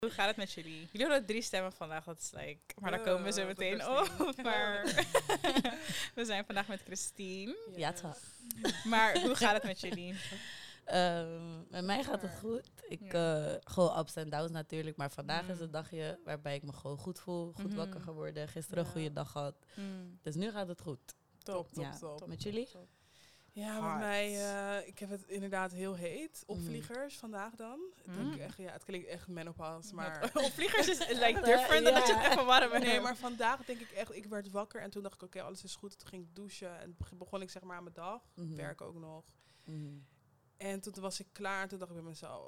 Hoe gaat het met jullie? Jullie hadden 3 stemmen vandaag, dat is like... Maar daar komen we zo meteen op. Maar we zijn vandaag met Christine. Ja, toch. Maar hoe gaat het met jullie? Met mij gaat het goed. Gewoon ups en downs natuurlijk. Maar vandaag is een dagje waarbij ik me gewoon goed voel. Goed wakker geworden. Gisteren een goede dag gehad. Dus nu gaat het goed. Top. Met jullie? Ja, met mij, ik heb het inderdaad heel heet. Opvliegers vandaag dan. Ik denk echt, het klinkt echt menopause, maar... Opvliegers is like different dan dat je het even warm hebt. Nee, maar vandaag denk ik echt, ik werd wakker en toen dacht ik, oké, alles is goed. Toen ging ik douchen en begon ik zeg maar aan mijn dag. Werk ook nog. En toen was ik klaar en toen dacht ik bij mezelf,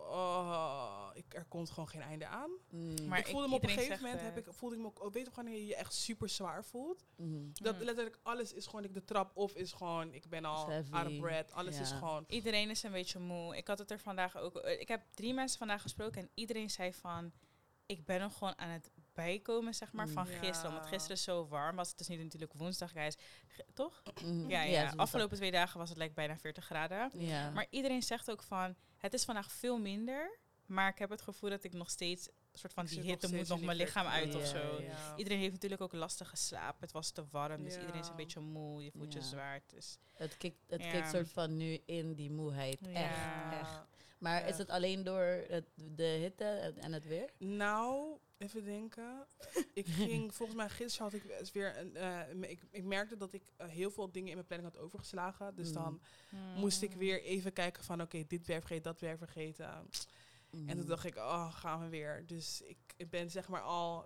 er komt gewoon geen einde aan. Maar ik voelde me op een gegeven moment, voelde ik me ook, weet je wanneer je je echt super zwaar voelt? Dat letterlijk alles is gewoon, de trap of is gewoon, ik ben al out of breath, alles is gewoon... Iedereen is een beetje moe. Ik had het er vandaag ook, ik heb 3 mensen vandaag gesproken en iedereen zei van, ik ben nog gewoon aan het bijkomen, zeg maar, van gisteren. Omdat gisteren zo warm was. Het is nu natuurlijk woensdag, guys. Toch? Ja. Afgelopen 2 dagen was het like bijna 40 graden. Ja. Maar iedereen zegt ook van, het is vandaag veel minder. Maar ik heb het gevoel dat ik nog steeds, een soort van die hitte moet nog mijn lichaam uit of zo. Ja. Iedereen heeft natuurlijk ook lastig geslapen. Het was te warm, dus iedereen is een beetje moe. Je voelt je zwaar. Dus, het kikt soort van nu in die moeheid. Echt. Maar is het alleen door de hitte en het weer? Nou, even denken. Ik ging, volgens mij gisteren had ik weer ik merkte dat ik heel veel dingen in mijn planning had overgeslagen. Dus dan moest ik weer even kijken van oké, dit werk vergeten, dat werk vergeten. En toen dacht ik, gaan we weer. Dus ik ben zeg maar al...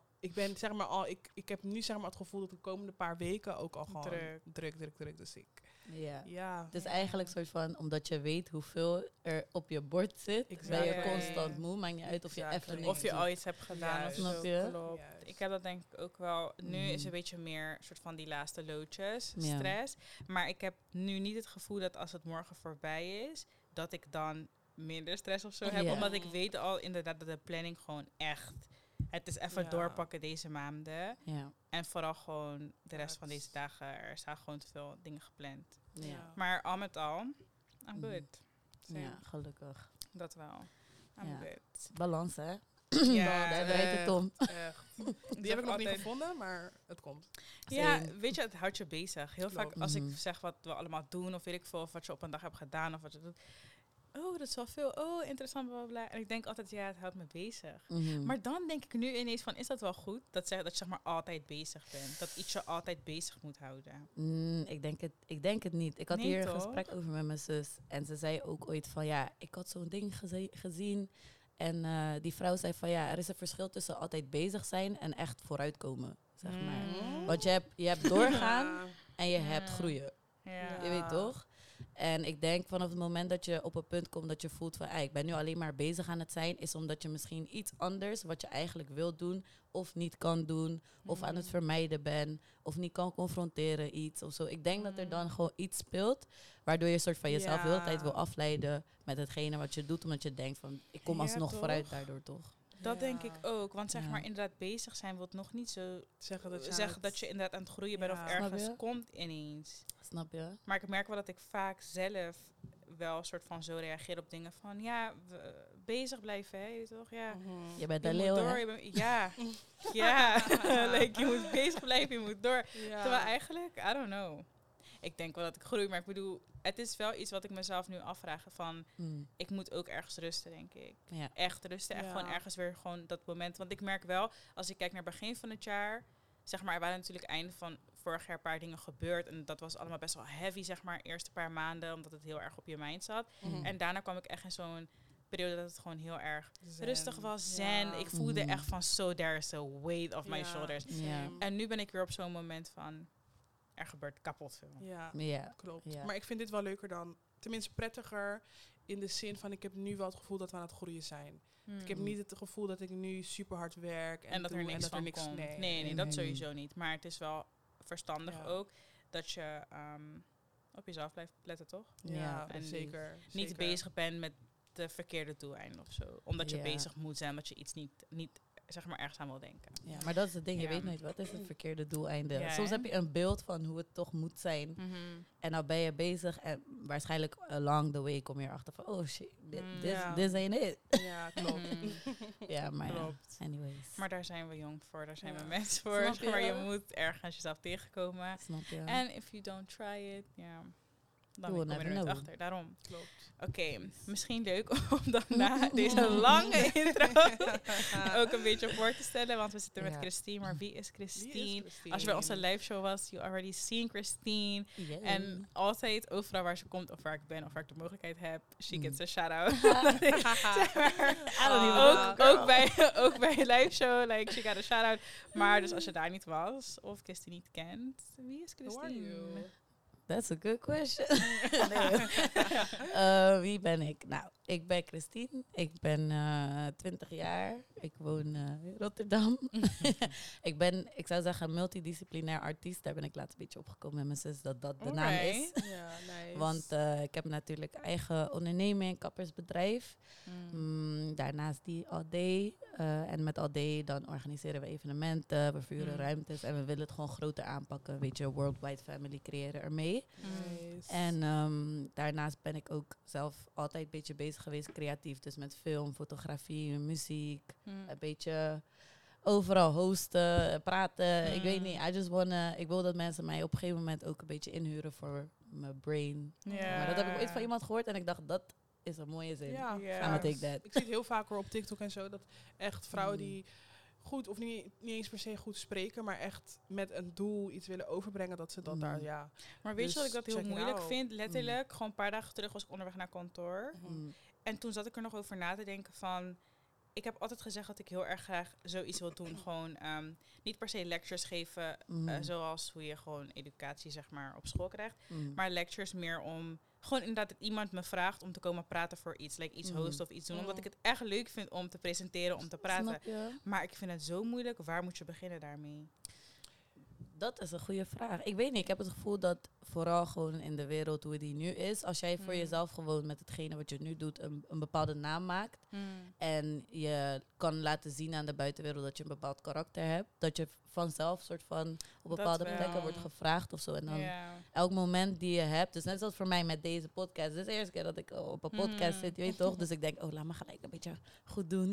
Ik heb nu zeg maar het gevoel dat de komende paar weken ook al gewoon druk. Dus het is eigenlijk soort van, omdat je weet hoeveel er op je bord zit, ben je constant moe. Maakt niet uit of je even niks of je al iets hebt gedaan. Snap je? Klopt. Ik heb dat denk ik ook wel. Nu is een beetje meer soort van die laatste loodjes, stress. Maar ik heb nu niet het gevoel dat als het morgen voorbij is, dat ik dan minder stress of zo heb. Omdat ik weet al inderdaad dat de planning gewoon echt... Het is even doorpakken deze maanden. Ja. En vooral gewoon de rest van deze dagen. Er staan gewoon te veel dingen gepland. Ja. Maar al met al, I'm good. Ja, gelukkig. Dat wel. I'm good. Balans, hè? Ja, daar draait het om. Echt. Die heb ik nog niet gevonden, maar het komt. Ja, weet je, het houdt je bezig. Heel vaak als ik zeg wat we allemaal doen, of weet ik veel, of wat je op een dag hebt gedaan, of wat je doet. Oh, dat is wel veel. Oh, interessant, bla, bla, bla. En ik denk altijd, het houdt me bezig. Maar dan denk ik nu ineens van, is dat wel goed? Dat je zeg maar altijd bezig bent. Dat iets je altijd bezig moet houden. Ik denk het niet. Ik had hier een gesprek over met mijn zus. En ze zei ook ooit van, ik had zo'n ding gezien. En die vrouw zei van, er is een verschil tussen altijd bezig zijn en echt vooruitkomen. Zeg maar. Want je hebt doorgaan en je hebt groeien. Ja. Je weet toch? En ik denk vanaf het moment dat je op een punt komt dat je voelt van... ik ben nu alleen maar bezig aan het zijn... is omdat je misschien iets anders wat je eigenlijk wilt doen... of niet kan doen, of aan het vermijden bent... of niet kan confronteren iets of zo. Ik denk dat er dan gewoon iets speelt... waardoor je soort van jezelf de hele tijd wil afleiden... met hetgene wat je doet, omdat je denkt van... ik kom alsnog vooruit daardoor, toch? Dat denk ik ook. Want zeg maar inderdaad bezig zijn... wil nog niet zo zeggen dat je inderdaad aan het groeien bent... of ergens komt ineens. Snap je? Maar ik merk wel dat ik vaak zelf wel een soort van zo reageer op dingen van... bezig blijven, hè, toch? Ja. Je bent een leeuw, hè? Like, je moet bezig blijven, je moet door. Ja. Terwijl eigenlijk, I don't know. Ik denk wel dat ik groei, maar ik bedoel... Het is wel iets wat ik mezelf nu afvraag van... Ik moet ook ergens rusten, denk ik. Ja. Echt rusten en gewoon ergens weer gewoon dat moment. Want ik merk wel, als ik kijk naar begin van het jaar... Zeg maar, er waren natuurlijk einde van vorig jaar een paar dingen gebeurd. En dat was allemaal best wel heavy, zeg maar, eerste paar maanden. Omdat het heel erg op je mind zat. En daarna kwam ik echt in zo'n periode dat het gewoon heel erg rustig was. Zen. Ik voelde echt van, there is a weight off my shoulders. En nu ben ik weer op zo'n moment van... Er gebeurt kapot veel. Ja, klopt. Ja. Maar ik vind dit wel leuker dan... Tenminste prettiger in de zin van... Ik heb nu wel het gevoel dat we aan het groeien zijn. Ik heb niet het gevoel dat ik nu super hard werk. En dat er niks van komt. Nee, dat sowieso niet. Maar het is wel verstandig ook... dat je op jezelf blijft letten, toch? Ja, en zeker. Niet bezig bent met de verkeerde doeleinden of zo. Omdat je bezig moet zijn, omdat je iets niet zeg maar ergens aan wil denken. Ja, maar dat is het ding. Je weet nooit wat is het verkeerde doeleinde. Ja, soms heb je een beeld van hoe het toch moet zijn. En dan ben je bezig en waarschijnlijk along the way kom je erachter van oh shit, this ain't it. Ja, klopt. Ja, maar anyways. Maar daar zijn we jong voor, daar zijn we mensen voor. Maar je moet ergens jezelf tegenkomen. Snap je. En if you don't try it, dan kom je er nooit achter. Daarom. Klopt. Oké, misschien leuk om dan na deze lange intro ook een beetje voor te stellen. Want we zitten met Christine. Maar wie is Christine? Als je bij onze live show was, you already seen Christine. Yeah. En altijd, overal waar ze komt of waar ik ben of waar ik de mogelijkheid heb, she gets a shout-out. Ook bij een live show, like, she got a shout-out. Maar dus als je daar niet was of Christine niet kent, wie is Christine? That's a good question. Wie ben ik? Nou, ik ben Christine. Ik ben 20 jaar. Ik woon in Rotterdam. Ik zou zeggen, multidisciplinair artiest. Daar ben ik laatst een beetje opgekomen met mijn zus dat de naam is. Ja, nice. Want ik heb natuurlijk eigen onderneming, kappersbedrijf. Daarnaast die All Day. En met All Day dan organiseren we evenementen, we vuren ruimtes. En we willen het gewoon groter aanpakken. Een beetje worldwide family creëren ermee. Nice. En daarnaast ben ik ook zelf altijd een beetje bezig geweest creatief. Dus met film, fotografie, muziek. Een beetje overal hosten, praten. Ik weet niet, ik wil dat mensen mij op een gegeven moment ook een beetje inhuren voor mijn brain. Yeah. Maar dat heb ik ooit van iemand gehoord en ik dacht, dat is een mooie zin. Ja. I'ma take that. Ik zie het heel vaak op TikTok en zo, dat echt vrouwen die goed, of niet eens per se goed spreken, maar echt met een doel iets willen overbrengen, dat ze dat daar, Maar weet je wat ik dat heel moeilijk vind? Letterlijk, gewoon een paar dagen terug was ik onderweg naar kantoor. En toen zat ik er nog over na te denken van, ik heb altijd gezegd dat ik heel erg graag zoiets wil doen. Gewoon niet per se lectures geven, zoals hoe je gewoon educatie zeg maar op school krijgt. Maar lectures meer om gewoon inderdaad dat iemand me vraagt om te komen praten voor iets. Like iets hosten of iets doen. Omdat ik het echt leuk vind om te presenteren, om te praten. Maar ik vind het zo moeilijk. Waar moet je beginnen daarmee? Dat is een goede vraag. Ik weet niet, ik heb het gevoel dat vooral gewoon in de wereld hoe die nu is, als jij voor jezelf gewoon met hetgene wat je nu doet een bepaalde naam maakt en je kan laten zien aan de buitenwereld dat je een bepaald karakter hebt, dat je vanzelf soort van op bepaalde plekken wordt gevraagd of zo. En dan elk moment die je hebt, dus net zoals voor mij met deze podcast, dit is de eerste keer dat ik op een podcast zit, je weet toch? Dus ik denk, laat me gelijk een beetje goed doen.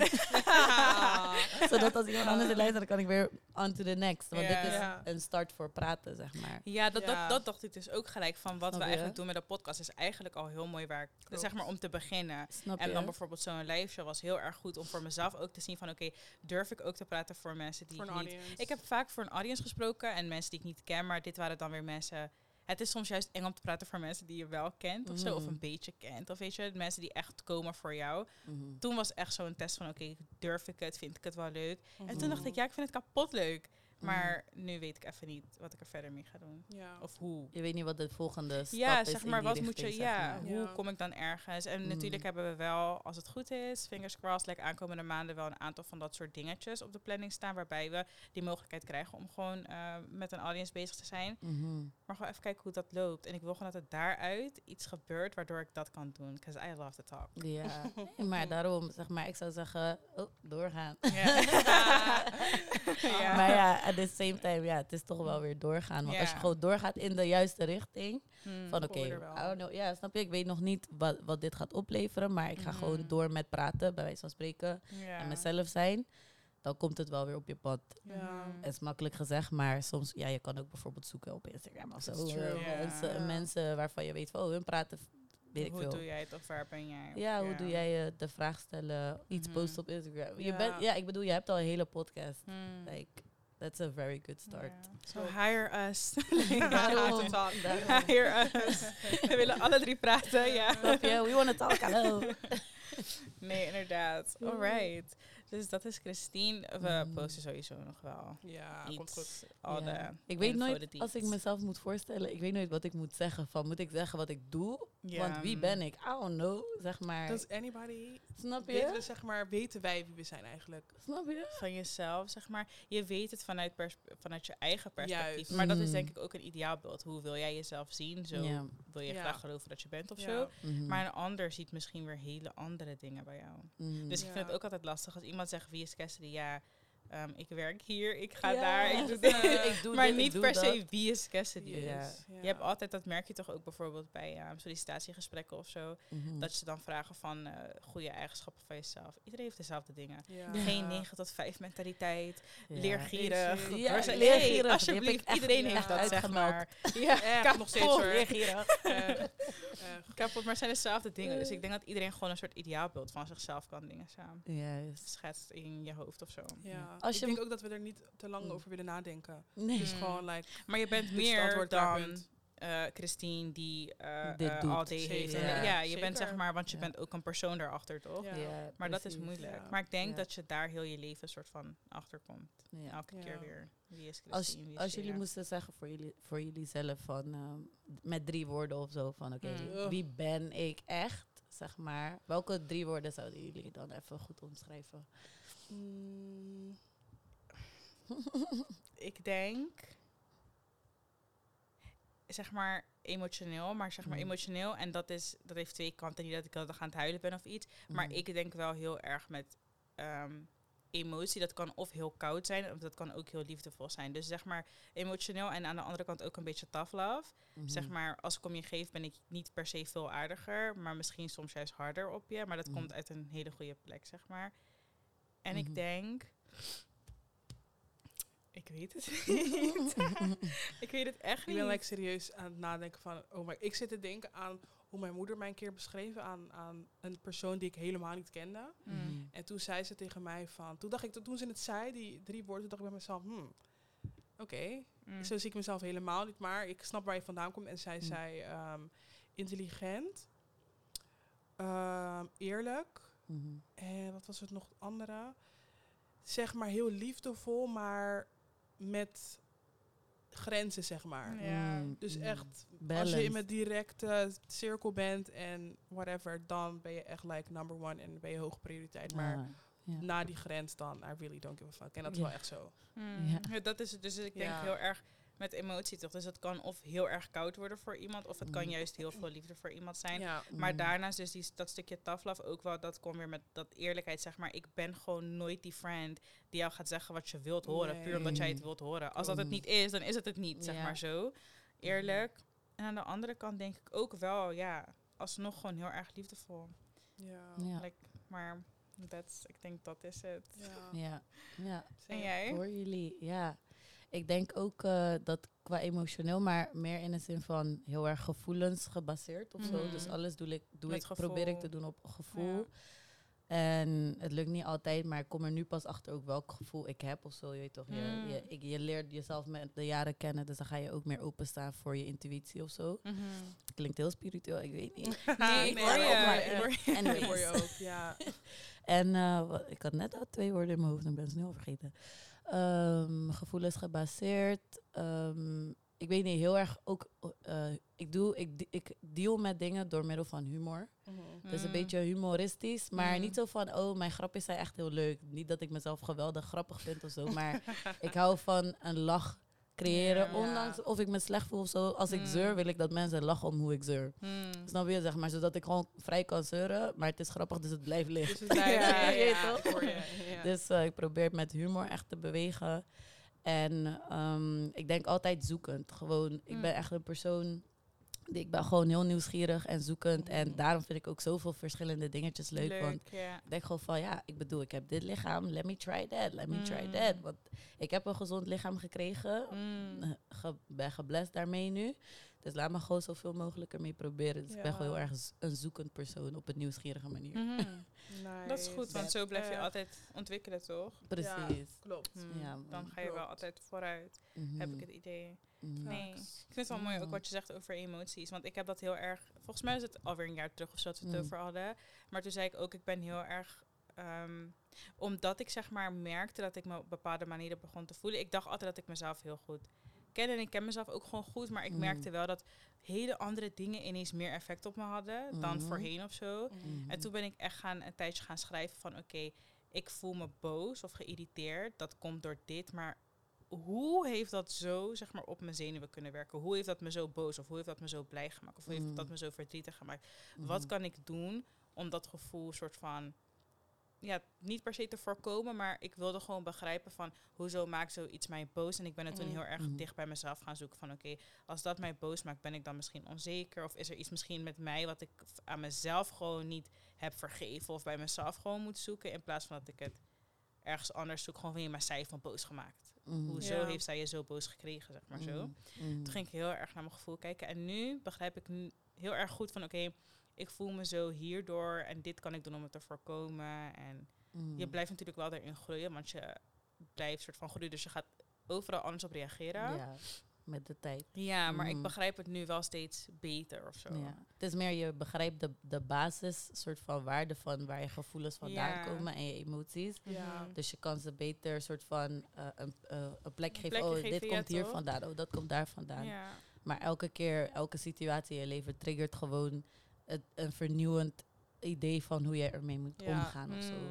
Zodat als iemand anders luistert, dan kan ik weer on to the next. Want dit is een start voor praten, zeg maar. Ja, dat dacht ik dus ook gelijk van wat we eigenlijk doen met de podcast is eigenlijk al heel mooi waar, zeg maar om te beginnen. En dan bijvoorbeeld zo'n live show was heel erg goed om voor mezelf ook te zien van oké, durf ik ook te praten voor mensen die ik niet... Ik heb vaak voor een audience gesproken en mensen die ik niet ken, maar dit waren dan weer mensen... Het is soms juist eng om te praten voor mensen die je wel kent of zo, of een beetje kent. Of weet je, mensen die echt komen voor jou. Toen was echt zo'n test van oké, durf ik het, vind ik het wel leuk. En toen dacht ik, ja, ik vind het kapot leuk. Maar nu weet ik even niet wat ik er verder mee ga doen. Ja. Of hoe. Je weet niet wat de volgende stap is. Ja, zeg maar, wat moet je... hoe kom ik dan ergens? En natuurlijk hebben we wel, als het goed is, fingers crossed, like aankomende maanden wel een aantal van dat soort dingetjes op de planning staan, waarbij we die mogelijkheid krijgen om gewoon met een audience bezig te zijn. Maar gewoon even kijken hoe dat loopt. En ik wil gewoon dat het daaruit iets gebeurt, waardoor ik dat kan doen. Because I love to talk. Ja, maar daarom, zeg maar, ik zou zeggen, doorgaan. Maar ja, at the same time, het is toch wel weer doorgaan. Want als je gewoon doorgaat in de juiste richting, van oké, snap je, ik weet nog niet wat dit gaat opleveren, maar ik ga gewoon door met praten, bij wijze van spreken, en mezelf zijn. Dan komt het wel weer op je pad. Het is makkelijk gezegd, maar soms, je kan ook bijvoorbeeld zoeken op Instagram of zo. Mensen waarvan je weet van, hun praten, weet ik veel. Hoe doe jij het of waar ben jij? Ja, hoe doe jij de vraag stellen, iets posten op Instagram. Ik bedoel, je hebt al een hele podcast. Like, that's a very good start. So hire us. Hire us. We willen alle drie praten, we want to talk, hallo. Nee, inderdaad. Alright. Dus dat is Christine. We posten sowieso nog wel. Ja, komt goed. Ik weet nooit, als ik mezelf moet voorstellen, ik weet nooit wat ik moet zeggen. Van, moet ik zeggen wat ik doe? Want wie ben ik? I don't know, zeg maar. Does anybody... Snap je? Weten wij wie we zijn eigenlijk? Snap je? Van jezelf, zeg maar. Je weet het vanuit je eigen perspectief. Juist. Maar dat is denk ik ook een ideaalbeeld. Hoe wil jij jezelf zien? Zo wil je graag geloven dat je bent of zo. Maar een ander ziet misschien weer hele andere dingen bij jou. Dus ik vind het ook altijd lastig als iemand zegt wie is Cassidy? Ja, ik werk hier, ik ga daar, ik doe dit. Maar niet per se wie is Cassidy is. Ja. Je hebt altijd, dat merk je toch ook bijvoorbeeld bij sollicitatiegesprekken of zo, dat ze dan vragen van goede eigenschappen van jezelf. Iedereen heeft dezelfde dingen. Ja. Geen 9 tot 5 mentaliteit, leergierig. Leergierig. Alsjeblieft, iedereen heeft dat, zeg maar. Ja, nog steeds hoor. Leergierig. Kapot, maar het zijn dezelfde dingen. Dus ik denk dat iedereen gewoon een soort ideaalbeeld van zichzelf kan dingen samen. Schetst in je hoofd of zo. Ja. Ik denk ook dat we er niet te lang over willen nadenken. Nee. Dus gewoon maar je bent meer dan Christine die AD heeft. Je bent zeg maar, want je bent ook een persoon daarachter, toch? Ja, maar dat is moeilijk. Ja. Maar ik denk dat je daar heel je leven soort van achterkomt. Ja. Elke keer weer. Wie is Christine? Als jullie moesten zeggen voor jullie zelf van met 3 woorden of zo van wie ben ik echt, zeg maar. Welke 3 woorden zouden jullie dan even goed omschrijven? Ik denk, zeg maar emotioneel, maar zeg maar emotioneel. En dat heeft 2 kanten. Niet dat ik altijd aan het huilen ben of iets. Maar ik denk wel heel erg met emotie. Dat kan of heel koud zijn, of dat kan ook heel liefdevol zijn. Dus zeg maar emotioneel en aan de andere kant ook een beetje tough love. Zeg maar, als ik om je geef ben ik niet per se veel aardiger, maar misschien soms juist harder op je. Maar dat komt uit een hele goede plek, zeg maar. En ik denk, ik weet het niet. Ik weet het echt niet. Ik ben serieus aan het nadenken van, ik zit te denken aan hoe mijn moeder mij een keer beschreven aan een persoon die ik helemaal niet kende. En toen zei ze tegen mij van, toen ze het zei, die 3 woorden, toen dacht ik bij mezelf, oké, zo zie ik mezelf helemaal niet, maar ik snap waar je vandaan komt. En zij zei, intelligent, eerlijk, en wat was het nog het andere? Zeg maar heel liefdevol, maar met grenzen, zeg maar. Dus echt, als je in een directe cirkel bent en whatever, dan ben je echt like number 1 en ben je hoge prioriteit. Maar na die grens dan, I really don't give a fuck. En dat is wel echt zo. Dat is het. Dus ik denk heel erg met emotie, toch? Dus het kan of heel erg koud worden voor iemand, of het kan juist heel veel liefde voor iemand zijn. Ja. Maar daarnaast dus dat stukje tough love ook wel, dat komt weer met dat eerlijkheid, zeg maar. Ik ben gewoon nooit die friend die jou gaat zeggen wat je wilt horen, puur omdat jij het wilt horen. Als dat het niet is, dan is het niet, zeg maar zo. Eerlijk. En aan de andere kant denk ik ook wel, alsnog gewoon heel erg liefdevol. Maar ik denk dat is het. Ja. En jij? Voor jullie, Ik denk ook dat qua emotioneel, maar meer in de zin van heel erg gevoelens gebaseerd of zo. Dus alles probeer ik te doen op gevoel. Ja. En het lukt niet altijd, maar ik kom er nu pas achter ook welk gevoel ik heb of zo. Je weet toch, je leert jezelf met de jaren kennen, dus dan ga je ook meer openstaan voor je intuïtie of zo. Klinkt heel spiritueel, ik weet niet. Ik hoor je ook, ja. En ik had net al 2 woorden in mijn hoofd en ik ben snel vergeten. Gevoelens gebaseerd. Ik weet niet, heel erg ook. Ik deal met dingen door middel van humor. Dus een beetje humoristisch, maar niet zo van, mijn grapjes zijn echt heel leuk. Niet dat ik mezelf geweldig grappig vind of zo, maar ik hou van een lach creëren, ondanks of ik me slecht voel of zo. Als ik zeur, wil ik dat mensen lachen om hoe ik zeur. Snap je, zeg maar, zodat ik gewoon vrij kan zeuren, maar het is grappig, dus het blijft liggen. Dus ik probeer met humor echt te bewegen. En ik denk altijd zoekend. Gewoon, ik ben echt een persoon, ik ben gewoon heel nieuwsgierig en zoekend. En daarom vind ik ook zoveel verschillende dingetjes leuk. Want ik denk gewoon van, ik heb dit lichaam, let me try that. Want ik heb een gezond lichaam gekregen. Ben geblest daarmee nu. Dus laat me gewoon zoveel mogelijk ermee proberen. Dus ik ben gewoon heel erg een zoekend persoon op een nieuwsgierige manier. Nice. Dat is goed, want zo blijf je altijd ontwikkelen, toch? Precies. Ja, klopt. Dan ga je wel altijd vooruit, heb ik het idee. Nee, ik vind het wel mooi ook wat je zegt over emoties. Want ik heb dat heel erg, volgens mij is het alweer een jaar terug of zo dat we het over hadden. Maar toen zei ik ook, ik ben heel erg, omdat ik zeg maar merkte dat ik me op bepaalde manieren begon te voelen. Ik dacht altijd dat ik mezelf heel goed ken en ik ken mezelf ook gewoon goed. Maar ik merkte wel dat hele andere dingen ineens meer effect op me hadden dan voorheen of zo. En toen ben ik echt een tijdje gaan schrijven van oké, ik voel me boos of geïrriteerd. Dat komt door dit, maar hoe heeft dat zo, zeg maar, op mijn zenuwen kunnen werken? Hoe heeft dat me zo boos of hoe heeft dat me zo blij gemaakt? Of hoe heeft dat me zo verdrietig gemaakt? Wat kan ik doen om dat gevoel soort van niet per se te voorkomen, maar ik wilde gewoon begrijpen van hoezo maakt zoiets mij boos. En ik ben het toen heel erg dicht bij mezelf gaan zoeken van oké, als dat mij boos maakt, ben ik dan misschien onzeker? Of is er iets misschien met mij wat ik aan mezelf gewoon niet heb vergeven of bij mezelf gewoon moet zoeken, in plaats van dat ik het ergens anders zoek, gewoon weer maar zij van boos gemaakt. Hoezo heeft zij je zo boos gekregen, zeg maar zo. Toen ging ik heel erg naar mijn gevoel kijken. En nu begrijp ik heel erg goed van oké, ik voel me zo hierdoor en dit kan ik doen om het te voorkomen. En je blijft natuurlijk wel erin groeien, want je blijft soort van groeien. Dus je gaat overal anders op reageren. Ja, met de tijd. Ja, maar ik begrijp het nu wel steeds beter of zo. Ja. Het is meer, je begrijpt de basis, soort van waarde van waar je gevoelens vandaan komen en je emoties. Ja. Dus je kan ze beter soort van een plek geven. Dit komt hier vandaan, dat komt daar vandaan. Ja. Maar elke keer, elke situatie in je leven triggert gewoon een vernieuwend idee van hoe je ermee moet omgaan of zo.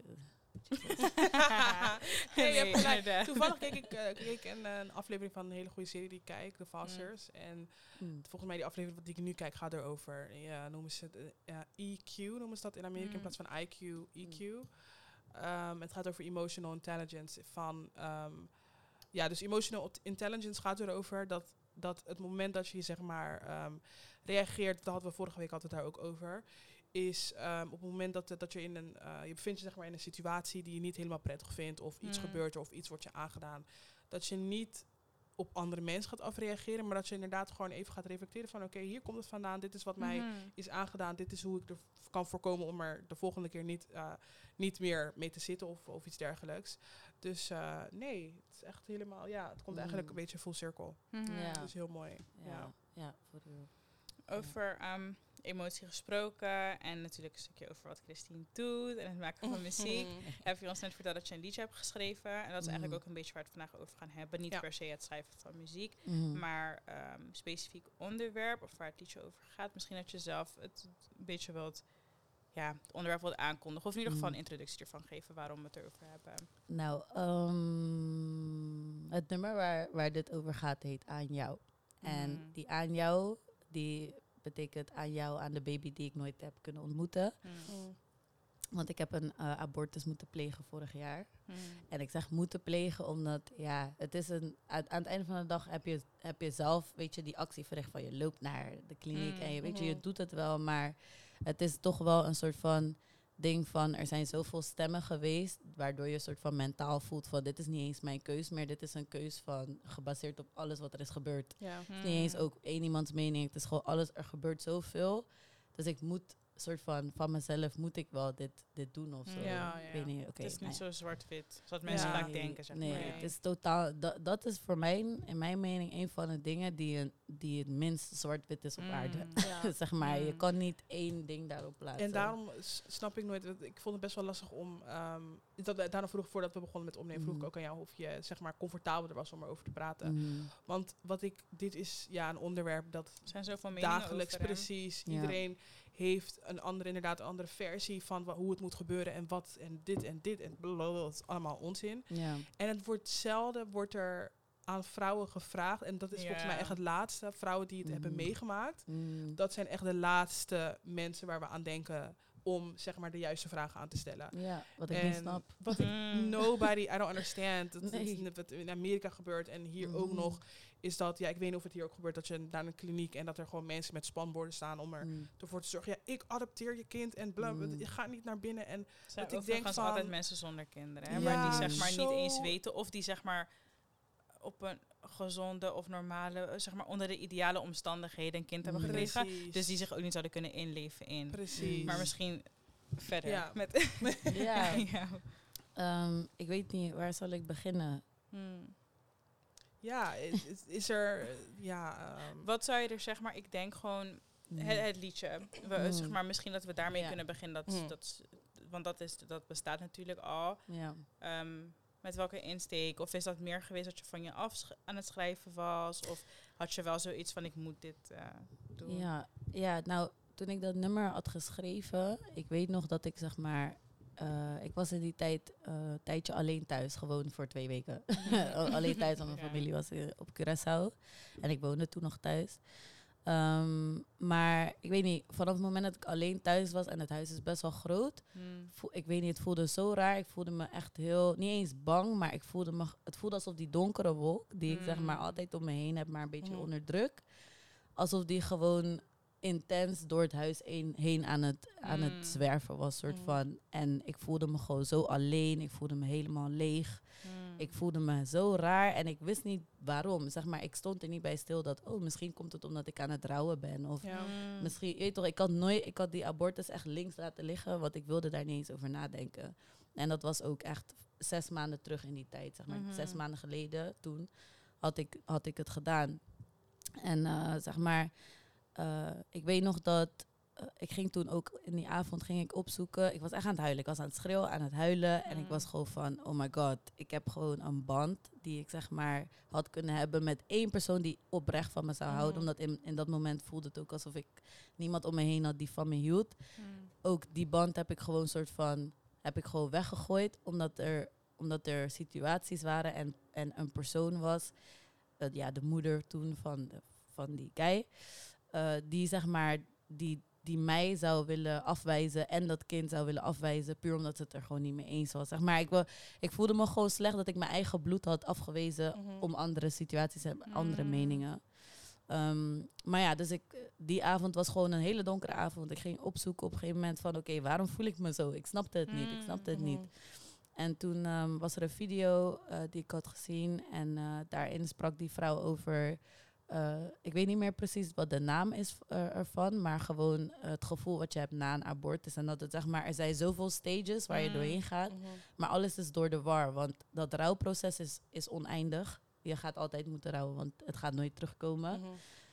Toevallig keek ik een aflevering van een hele goede serie die ik kijk, The Fosters. En volgens mij die aflevering die ik nu kijk gaat erover. Ja, noemen ze het EQ, noemen ze dat in Amerika in plaats van IQ, EQ. Het gaat over emotional intelligence. Dus emotional intelligence gaat erover dat het moment dat je zeg maar reageert, dat hadden we vorige week altijd daar ook over, is op het moment dat je je bevindt je zeg maar in een situatie die je niet helemaal prettig vindt, of iets gebeurt er, of iets wordt je aangedaan, dat je niet op andere mensen gaat afreageren, maar dat je inderdaad gewoon even gaat reflecteren van oké, hier komt het vandaan, dit is wat mij is aangedaan, dit is hoe ik er kan voorkomen om er de volgende keer niet meer mee te zitten of iets dergelijks. Dus nee, het is echt helemaal, het komt eigenlijk een beetje full circle. Dat is heel mooi. Ja, voor de... Over emotie gesproken en natuurlijk een stukje over wat Christine doet en het maken van muziek. Heb je ons net verteld dat je een liedje hebt geschreven en dat is eigenlijk ook een beetje waar we het vandaag over gaan hebben. Niet per se het schrijven van muziek, maar specifiek onderwerp of waar het liedje over gaat. Misschien dat je zelf het een beetje het onderwerp wilt aankondigen of in ieder geval een introductie ervan geven waarom we het erover hebben. Nou, het nummer waar dit over gaat heet Aan Jou. En die Aan Jou, die betekent aan jou, aan de baby die ik nooit heb kunnen ontmoeten. Want ik heb een abortus moeten plegen vorig jaar. En ik zeg moeten plegen omdat, het is aan het einde van de dag heb je zelf, weet je, die actie verricht van je loopt naar de kliniek en je doet het wel, maar het is toch wel een soort van ding van, er zijn zoveel stemmen geweest, waardoor je een soort van mentaal voelt van, dit is niet eens mijn keus meer, dit is een keus van, gebaseerd op alles wat er is gebeurd. Het is niet eens ook één iemands mening, het is gewoon alles, er gebeurt zoveel. Dus ik moet, soort van mezelf, moet ik wel dit doen of zo. Ik weet niet, het is niet zo zwart-wit, zoals mensen vaak denken. Zeg maar. Het is totaal, dat is voor mij, in mijn mening, een van de dingen die het minst zwart-wit is op aarde. Zeg maar, je kan niet één ding daarop plaatsen. En daarom snap ik nooit, ik vond het best wel lastig om, daarom vroeg ik voordat we begonnen met opnemen, vroeg ik ook aan jou of je zeg maar comfortabeler was om erover te praten. Want dit is een onderwerp dat zijn zoveel meningen dagelijks over, precies, iedereen heeft een andere versie van hoe het moet gebeuren en wat en dit en blablabla, dat is allemaal onzin. En het wordt er aan vrouwen gevraagd, en dat is volgens mij echt het laatste, vrouwen die het hebben meegemaakt, dat zijn echt de laatste mensen waar we aan denken om zeg maar de juiste vragen aan te stellen. Ja, wat ik niet snap. Wat I don't understand. Wat in Amerika gebeurt en hier ook nog, is dat, ik weet niet of het hier ook gebeurt, dat je naar een kliniek en dat er gewoon mensen met spanborden staan om ervoor te zorgen, ik adopteer je kind en je gaat niet naar binnen. En dat ik denk van altijd mensen zonder kinderen, hè, maar die zeg maar niet eens weten of die zeg maar op een gezonde of normale, zeg maar onder de ideale omstandigheden een kind hebben gekregen. Dus die zich ook niet zouden kunnen inleven in. Precies. Maar misschien verder. Ja. Ik weet niet, waar zal ik beginnen? Is er... Wat zou je er, zeg maar, ik denk gewoon het liedje. Zeg maar, misschien dat we daarmee kunnen beginnen. Want dat bestaat natuurlijk al. Met welke insteek? Of is dat meer geweest dat je van je af aan het schrijven was? Of had je wel zoiets van, ik moet dit doen? Ja, nou, toen ik dat nummer had geschreven, ik weet nog dat ik zeg maar, ik was in die tijd een tijdje alleen thuis, gewoon voor 2 weken. Alleen thuis, want mijn familie was op Curaçao. En ik woonde toen nog thuis. Maar ik weet niet, vanaf het moment dat ik alleen thuis was en het huis is best wel groot, ik weet niet, het voelde zo raar. Ik voelde me echt heel, niet eens bang, maar het voelde alsof die donkere wolk, die ik zeg maar altijd om me heen heb, maar een beetje onder druk, alsof die gewoon intens door het huis heen aan het zwerven was, soort van. En ik voelde me gewoon zo alleen, ik voelde me helemaal leeg. Ik voelde me zo raar en ik wist niet waarom. Zeg maar, ik stond er niet bij stil dat, misschien komt het omdat ik aan het rouwen ben. Of misschien, je weet toch, ik had die abortus echt links laten liggen, want ik wilde daar niet eens over nadenken. En dat was ook echt 6 maanden terug in die tijd, zeg maar. 6 maanden geleden, toen had ik het gedaan. En zeg maar, ik weet nog dat ik ging toen ook in die avond opzoeken. Ik was echt aan het huilen. Ik was aan het schreeuwen, aan het huilen. En ik was gewoon van, oh my god. Ik heb gewoon een band die ik zeg maar had kunnen hebben met 1 persoon die oprecht van me zou houden. Omdat in dat moment voelde het ook alsof ik niemand om me heen had die van me hield. Ook die band heb ik gewoon weggegooid. Omdat er situaties waren en een persoon was. De moeder toen van die guy. Die zeg maar, die mij zou willen afwijzen en dat kind zou willen afwijzen, puur omdat het er gewoon niet mee eens was. Zeg maar, ik voelde me gewoon slecht dat ik mijn eigen bloed had afgewezen om andere situaties en andere meningen. Maar ja, dus die avond was gewoon een hele donkere avond. Ik ging opzoeken op een gegeven moment van, oké, waarom voel ik me zo? Ik snapte het niet. En toen was er een video die ik had gezien en daarin sprak die vrouw over, ik weet niet meer precies wat de naam is ervan, maar gewoon het gevoel wat je hebt na een abortus. En dat het zeg maar, er zijn zoveel stages waar je doorheen gaat, maar alles is door de war, want dat rouwproces is oneindig. Je gaat altijd moeten rouwen, want het gaat nooit terugkomen.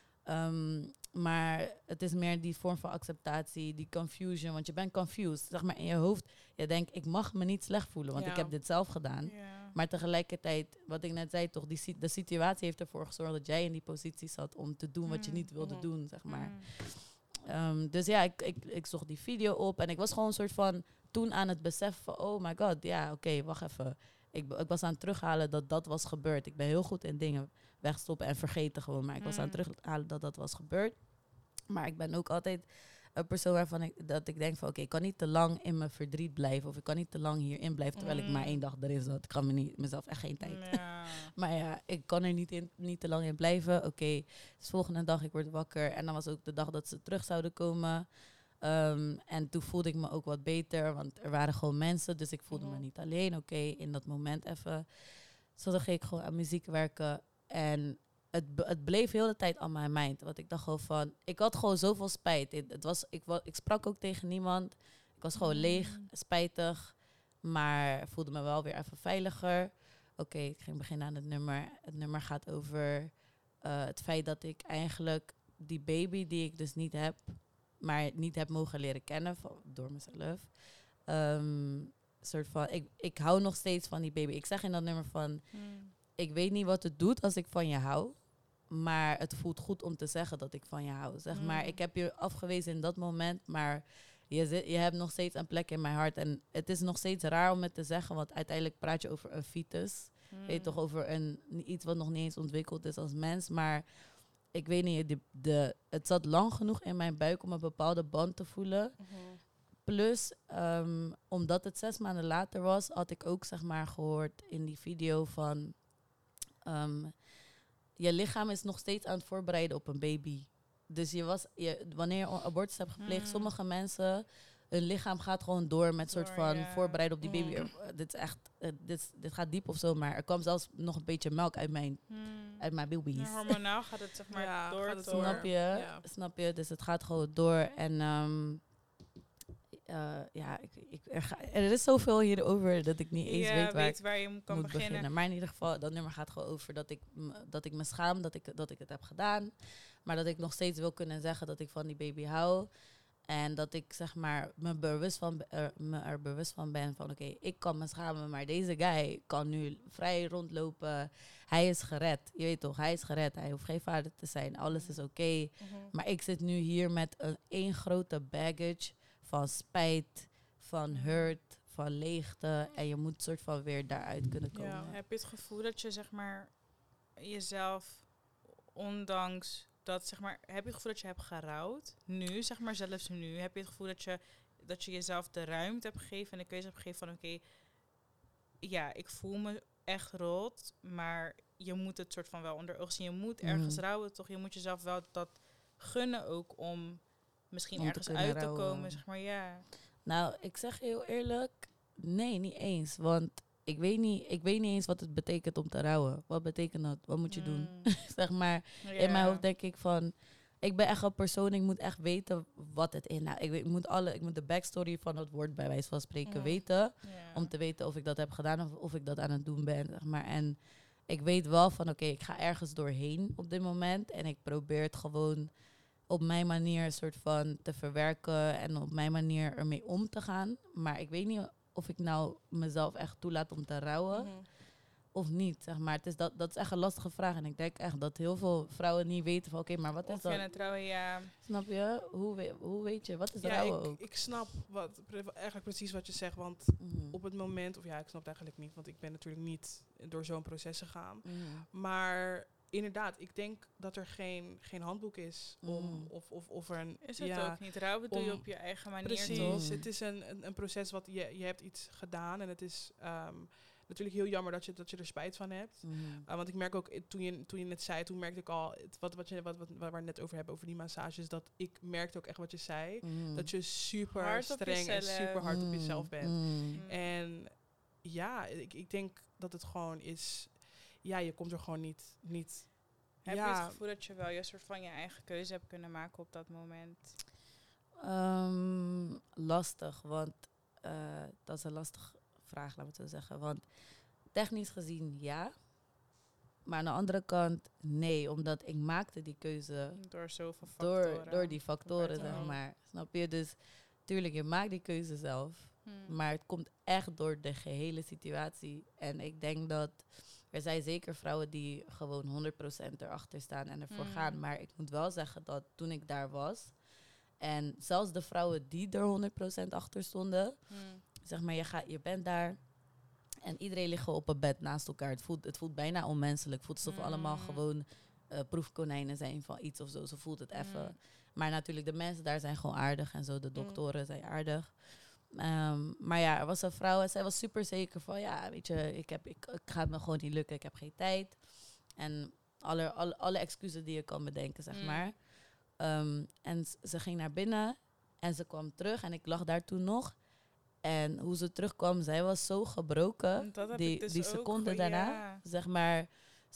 Maar het is meer die vorm van acceptatie, die confusion, want je bent confused. Zeg maar in je hoofd, je denkt, ik mag me niet slecht voelen, want ik heb dit zelf gedaan. Maar tegelijkertijd, wat ik net zei toch, de situatie heeft ervoor gezorgd dat jij in die positie zat om te doen wat je niet wilde doen, zeg maar. Dus ja, ik zocht die video op en ik was gewoon een soort van toen aan het beseffen van, oh my god, ja, oké, wacht even. Ik was aan het terughalen dat was gebeurd. Ik ben heel goed in dingen wegstoppen en vergeten gewoon. Maar ik was aan het terughalen dat was gebeurd. Maar ik ben ook altijd een persoon waarvan ik denk van, oké, ik kan niet te lang in mijn verdriet blijven. Of ik kan niet te lang hierin blijven, terwijl ik maar 1 dag erin zat. Ik kan mezelf echt geen tijd. Ja. Maar ja, ik kan er niet te lang in blijven. Oké, dus de volgende dag, ik word wakker. En dan was ook de dag dat ze terug zouden komen. En toen voelde ik me ook wat beter, want er waren gewoon mensen, dus ik voelde me niet alleen. Oké, in dat moment even. Zo dan ging ik gewoon aan muziek werken en het bleef heel de tijd aan mijn mind. Want ik dacht gewoon van, ik had gewoon zoveel spijt. Ik sprak ook tegen niemand. Ik was gewoon leeg, spijtig, maar voelde me wel weer even veiliger. Oké, ik ging beginnen aan het nummer. Het nummer gaat over het feit dat ik eigenlijk die baby die ik dus niet heb, maar niet heb mogen leren kennen door mezelf. Soort van, ik hou nog steeds van die baby. Ik zeg in dat nummer van, ik weet niet wat het doet als ik van je hou, maar het voelt goed om te zeggen dat ik van je hou. Zeg maar, ik heb je afgewezen in dat moment, maar je hebt nog steeds een plek in mijn hart. En het is nog steeds raar om het te zeggen, want uiteindelijk praat je over een fetus. Weet je toch, over iets wat nog niet eens ontwikkeld is als mens, maar ik weet niet, het zat lang genoeg in mijn buik om een bepaalde band te voelen. Plus, omdat het 6 maanden later was, had ik ook zeg maar gehoord in die video van, je lichaam is nog steeds aan het voorbereiden op een baby. Dus wanneer je abortus hebt gepleegd, sommige mensen, hun lichaam gaat gewoon door met soort van voorbereiden op die baby. Dit is echt, dit gaat diep of zo, maar er kwam zelfs nog een beetje melk uit mijn baby's. Ja, hormonaal gaat het zeg maar door. Snap je? Dus het gaat gewoon door. En er is zoveel hierover dat ik niet eens weet waar je kan beginnen. Maar in ieder geval, dat nummer gaat gewoon over dat ik me schaam dat ik het heb gedaan. Maar dat ik nog steeds wil kunnen zeggen dat ik van die baby hou. En dat ik zeg maar me er bewust van ben van oké, ik kan me schamen, maar deze guy kan nu vrij rondlopen. Hij is gered, je weet toch, hij is gered. Hij hoeft geen vader te zijn, alles is oké. Maar ik zit nu hier met één grote baggage van spijt, van hurt, van leegte. En je moet soort van weer daaruit kunnen komen. Ja, heb je het gevoel dat je zeg maar jezelf, ondanks dat, zeg maar, heb je het gevoel dat je hebt gerouwd? Nu, zeg maar, zelfs nu. Heb je het gevoel dat je jezelf de ruimte hebt gegeven en de keuze hebt gegeven van, oké, ja, ik voel me echt rot, maar je moet het soort van wel onder ogen zien. Je moet ergens rouwen, toch? Je moet jezelf wel dat gunnen ook om misschien om ergens uit te komen, zeg maar, ja. Nou, ik zeg heel eerlijk, nee, niet eens. Want ik weet niet eens wat het betekent om te rouwen. Wat betekent dat? Wat moet je doen? Zeg maar, in mijn hoofd denk ik van, ik ben echt een persoon, ik moet echt weten wat het inhoudt. Ik moet de backstory van het woord bij wijze van spreken weten. Om te weten of ik dat heb gedaan of ik dat aan het doen ben, zeg maar. En ik weet wel van, oké, ik ga ergens doorheen op dit moment. En ik probeer het gewoon op mijn manier een soort van te verwerken en op mijn manier ermee om te gaan. Maar ik weet niet of ik nou mezelf echt toelaat om te rouwen of niet, zeg maar. Dat is echt een lastige vraag. En ik denk echt dat heel veel vrouwen niet weten van, oké, maar wat is dat? Of trouwen, ja. Snap je? Hoe weet je? Wat is rouwen ook? Ik snap eigenlijk precies wat je zegt, want op het moment, of ja, ik snap het eigenlijk niet, want ik ben natuurlijk niet door zo'n proces gegaan. Maar inderdaad, ik denk dat er geen handboek is om of er een... Is het ook niet? Rouwen doe je op je eigen manier, precies, toch? Het is een proces wat je hebt iets gedaan en het is natuurlijk heel jammer dat je er spijt van hebt. Want ik merk ook, toen je het zei, toen merkte ik al, waar we het net over hebben, over die massages, dat ik merkte ook echt wat je zei. Dat je super hard streng en super hard op jezelf bent. En ja, ik denk dat het gewoon is, ja, je komt er gewoon niet heb je het gevoel dat je wel je soort van je eigen keuze hebt kunnen maken op dat moment? Lastig, want dat is een lastige vraag, laten we het zo zeggen. Want technisch gezien ja, maar aan de andere kant nee, omdat ik maakte die keuze door zoveel factoren. Door die factoren, zeg maar. Snap je? Dus tuurlijk, je maakt die keuze zelf, maar het komt echt door de gehele situatie. En ik denk dat er zijn zeker vrouwen die gewoon 100% erachter staan en ervoor gaan. Maar ik moet wel zeggen dat toen ik daar was, en zelfs de vrouwen die er 100% achter stonden, zeg maar, je bent daar en iedereen ligt op een bed naast elkaar. Het voelt bijna onmenselijk. Het voelt alsof we allemaal gewoon proefkonijnen zijn van iets of zo. Zo voelt het even. Maar natuurlijk, de mensen daar zijn gewoon aardig en zo. De doktoren zijn aardig. Maar ja, er was een vrouw en zij was super zeker van, ja, weet je, ik ga het me gewoon niet lukken. Ik heb geen tijd. En alle excuses die je kan bedenken, zeg maar. En ze ging naar binnen en ze kwam terug en ik lag daar toen nog. En hoe ze terugkwam, zij was zo gebroken. Die seconde daarna, zeg maar,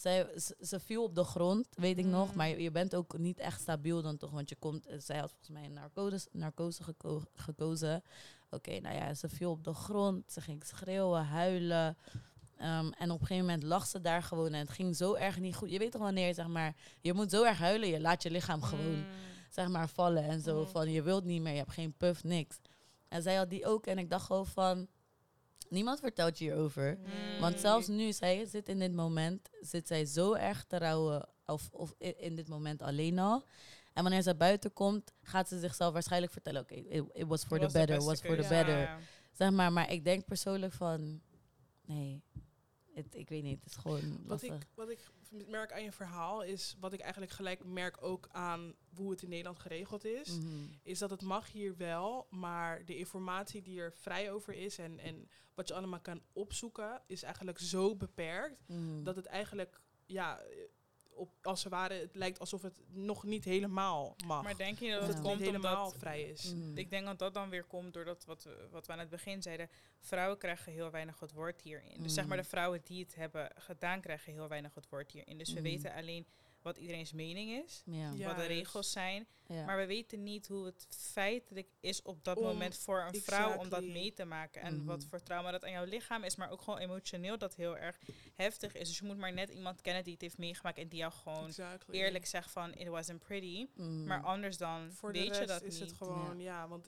ze viel op de grond, weet ik nog. Maar je bent ook niet echt stabiel dan toch, want zij had volgens mij een narcose gekozen. Oké, nou ja, ze viel op de grond, ze ging schreeuwen, huilen. En op een gegeven moment lag ze daar gewoon en het ging zo erg niet goed. Je weet toch wanneer, zeg maar, je moet zo erg huilen, je laat je lichaam gewoon, zeg maar, vallen en zo. Van, je wilt niet meer, je hebt geen puff, niks. En zij had die ook en ik dacht gewoon van, niemand vertelt je hierover. Want zelfs nu, zij zit in dit moment, zit zij zo erg te rouwen, of in dit moment alleen al. En wanneer ze buiten komt, gaat ze zichzelf waarschijnlijk vertellen, oké, it was for the better, it was for the better. Ja. Zeg maar ik denk persoonlijk van, nee, ik weet niet, het is gewoon lastig. Wat ik merk aan je verhaal is, wat ik eigenlijk gelijk merk ook aan hoe het in Nederland geregeld is, is dat het mag hier wel, maar de informatie die er vrij over is en wat je allemaal kan opzoeken, is eigenlijk zo beperkt, dat het eigenlijk, ja, als het ware, het lijkt alsof het nog niet helemaal mag. Maar denk je dat het komt niet helemaal omdat vrij is? Ik denk dat dat dan weer komt doordat wat we aan het begin zeiden. Vrouwen krijgen heel weinig het woord hierin. Dus zeg maar de vrouwen die het hebben gedaan, krijgen heel weinig het woord hierin. Dus we weten alleen wat iedereen's mening is, wat de regels zijn. Ja. Maar we weten niet hoe het feitelijk is op dat moment voor een vrouw om dat mee te maken. En wat voor trauma dat aan jouw lichaam is, maar ook gewoon emotioneel dat heel erg heftig is. Dus je moet maar net iemand kennen die het heeft meegemaakt en die jou gewoon eerlijk zegt van, it wasn't pretty. Maar anders dan voor weet je dat is niet. Het gewoon, want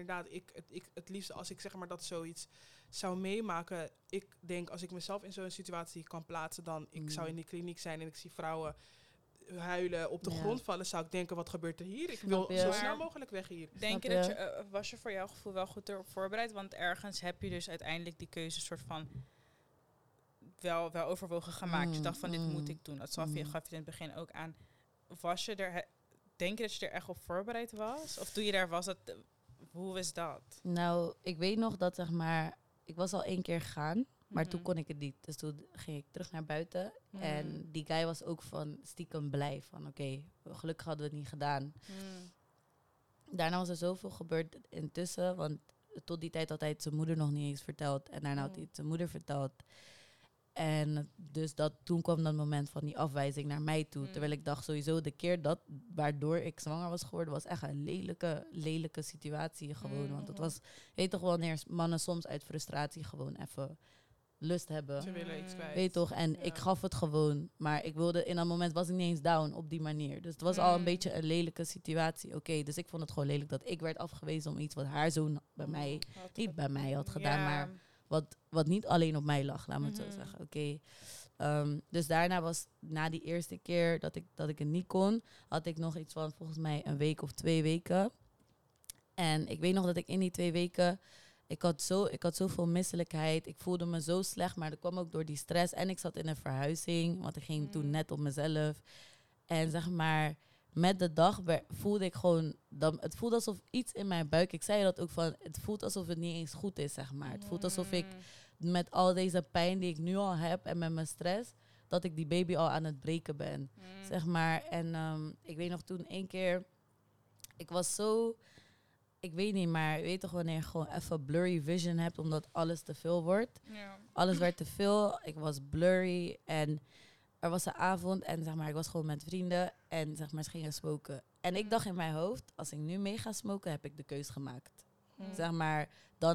het liefst als ik zeg maar dat zoiets zou meemaken, ik denk als ik mezelf in zo'n situatie kan plaatsen, dan ik zou in die kliniek zijn en ik zie vrouwen huilen, op de grond vallen, zou ik denken, wat gebeurt er hier? Ik wil zo snel mogelijk weg hier. Denk je dat was je voor jouw gevoel wel goed erop voorbereid? Want ergens heb je dus uiteindelijk die keuze soort van wel overwogen gemaakt. Je dacht van, dit moet ik doen. Dat gaf je in het begin ook aan. was je er... Denk je dat je er echt op voorbereid was? Of toen je daar was, hoe is dat? Nou, ik weet nog dat, zeg maar, ik was al 1 keer gegaan, maar toen kon ik het niet. Dus toen ging ik terug naar buiten. En die guy was ook van stiekem blij. Van oké, gelukkig hadden we het niet gedaan. Daarna was er zoveel gebeurd intussen. Want tot die tijd had hij het zijn moeder nog niet eens verteld. En daarna had hij het zijn moeder verteld. En dus toen kwam dat moment van die afwijzing naar mij toe. Terwijl ik dacht sowieso, de keer waardoor ik zwanger was geworden, was echt een lelijke situatie gewoon. Want het was, je weet toch wel, wanneer mannen soms uit frustratie gewoon even lust hebben. Ze willen iets kwijt. Weet je toch? En ik gaf het gewoon. Maar ik wilde, in dat moment was ik niet eens down op die manier. Dus het was al een beetje een lelijke situatie. Oké, dus ik vond het gewoon lelijk dat ik werd afgewezen om iets wat haar zoon niet bij mij had gedaan, maar wat niet alleen op mij lag, laat me het zo zeggen. Oké. Dus daarna was, na die eerste keer dat ik het niet kon, had ik nog iets van volgens mij 1 week of 2 weken. En ik weet nog dat ik in die 2 weken, ik had zoveel misselijkheid. Ik voelde me zo slecht, maar dat kwam ook door die stress. En ik zat in een verhuizing, want ik ging toen net op mezelf. En zeg maar, met de dag voelde ik gewoon, het voelde alsof iets in mijn buik, ik zei dat ook van, het voelt alsof het niet eens goed is, zeg maar. Het voelt alsof ik met al deze pijn die ik nu al heb en met mijn stress, dat ik die baby al aan het breken ben, zeg maar. En ik weet nog toen 1 keer, ik was zo, ik weet niet, maar je weet toch wanneer je gewoon even blurry vision hebt, omdat alles te veel wordt. Ja. Alles werd te veel, ik was blurry en er was een avond en zeg maar, ik was gewoon met vrienden en zeg maar, ze gingen smoken. En ik dacht in mijn hoofd, als ik nu mee ga smoken, heb ik de keus gemaakt. Zeg maar,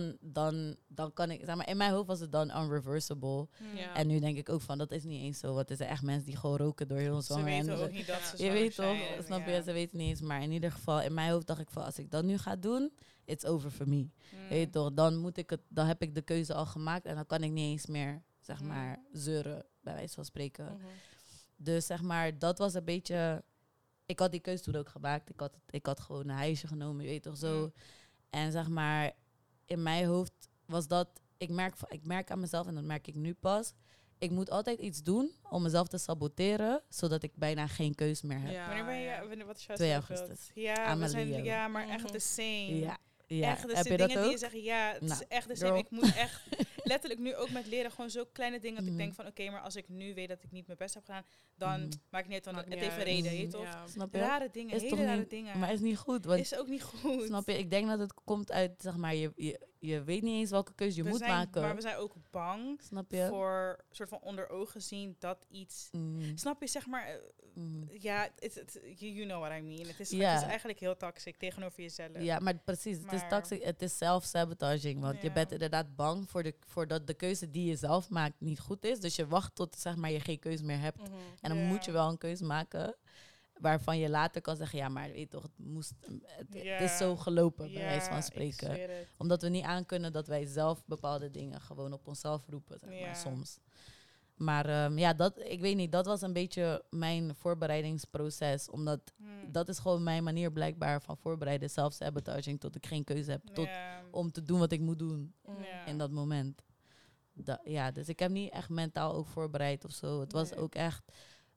dan kan ik, zeg maar, in mijn hoofd was het dan unreversible. Ja. En nu denk ik ook van, dat is niet eens zo. Want er zijn echt mensen die gewoon roken door heel zwanger. Ze weten ook niet dat ze je weet toch, snap je, ze weten niet eens. Maar in ieder geval, in mijn hoofd dacht ik van, als ik dat nu ga doen, it's over for me. Weet je toch, dan heb ik de keuze al gemaakt en dan kan ik niet eens meer, zeg maar, zeuren, bij wijze van spreken. Dus zeg maar, dat was een beetje, ik had die keuze toen ook gemaakt. Ik had gewoon een huisje genomen, je weet toch zo. En zeg maar, in mijn hoofd was dat, ik merk aan mezelf, en dat merk ik nu pas, ik moet altijd iets doen om mezelf te saboteren, zodat ik bijna geen keus meer heb. Ja. Wanneer ben je, wat is jouw 2 augustus. Ja, we zijn, maar echt the same. Ja. Echt, dus heb de je dingen dat die je zegt, het is echt de same. Ik moet echt, letterlijk nu ook met leren, gewoon zo kleine dingen, dat ik denk van, oké, maar als ik nu weet dat ik niet mijn best heb gedaan, dan maakt niet uit, want het heeft een reden, je toch? Snap je? Rare dingen, is hele rare dingen. Maar is niet goed. Want, is ook niet goed. Snap je? Ik denk dat het komt uit, zeg maar, je weet niet eens welke keuze je moet maken. Maar we zijn ook bang, snap je? Voor soort van onder ogen zien dat iets, snap je, zeg maar, ja, you know what I mean. Het is eigenlijk heel toxic tegenover jezelf. Ja, maar precies, het is toxic, het is self-sabotaging. Want je bent inderdaad bang voor dat de keuze die je zelf maakt niet goed is. Dus je wacht tot, zeg maar, je geen keuze meer hebt. En dan moet je wel een keuze maken waarvan je later kan zeggen, ja, maar weet toch, het is zo gelopen, bij wijze van spreken. Omdat we niet aankunnen dat wij zelf bepaalde dingen gewoon op onszelf roepen, zeg maar, soms. Maar ik weet niet, dat was een beetje mijn voorbereidingsproces. Omdat dat is gewoon mijn manier blijkbaar van voorbereiden. Self-sabotaging tot ik geen keuze heb. Om te doen wat ik moet doen in dat moment. Dus ik heb niet echt mentaal ook voorbereid of zo. Het was ook echt,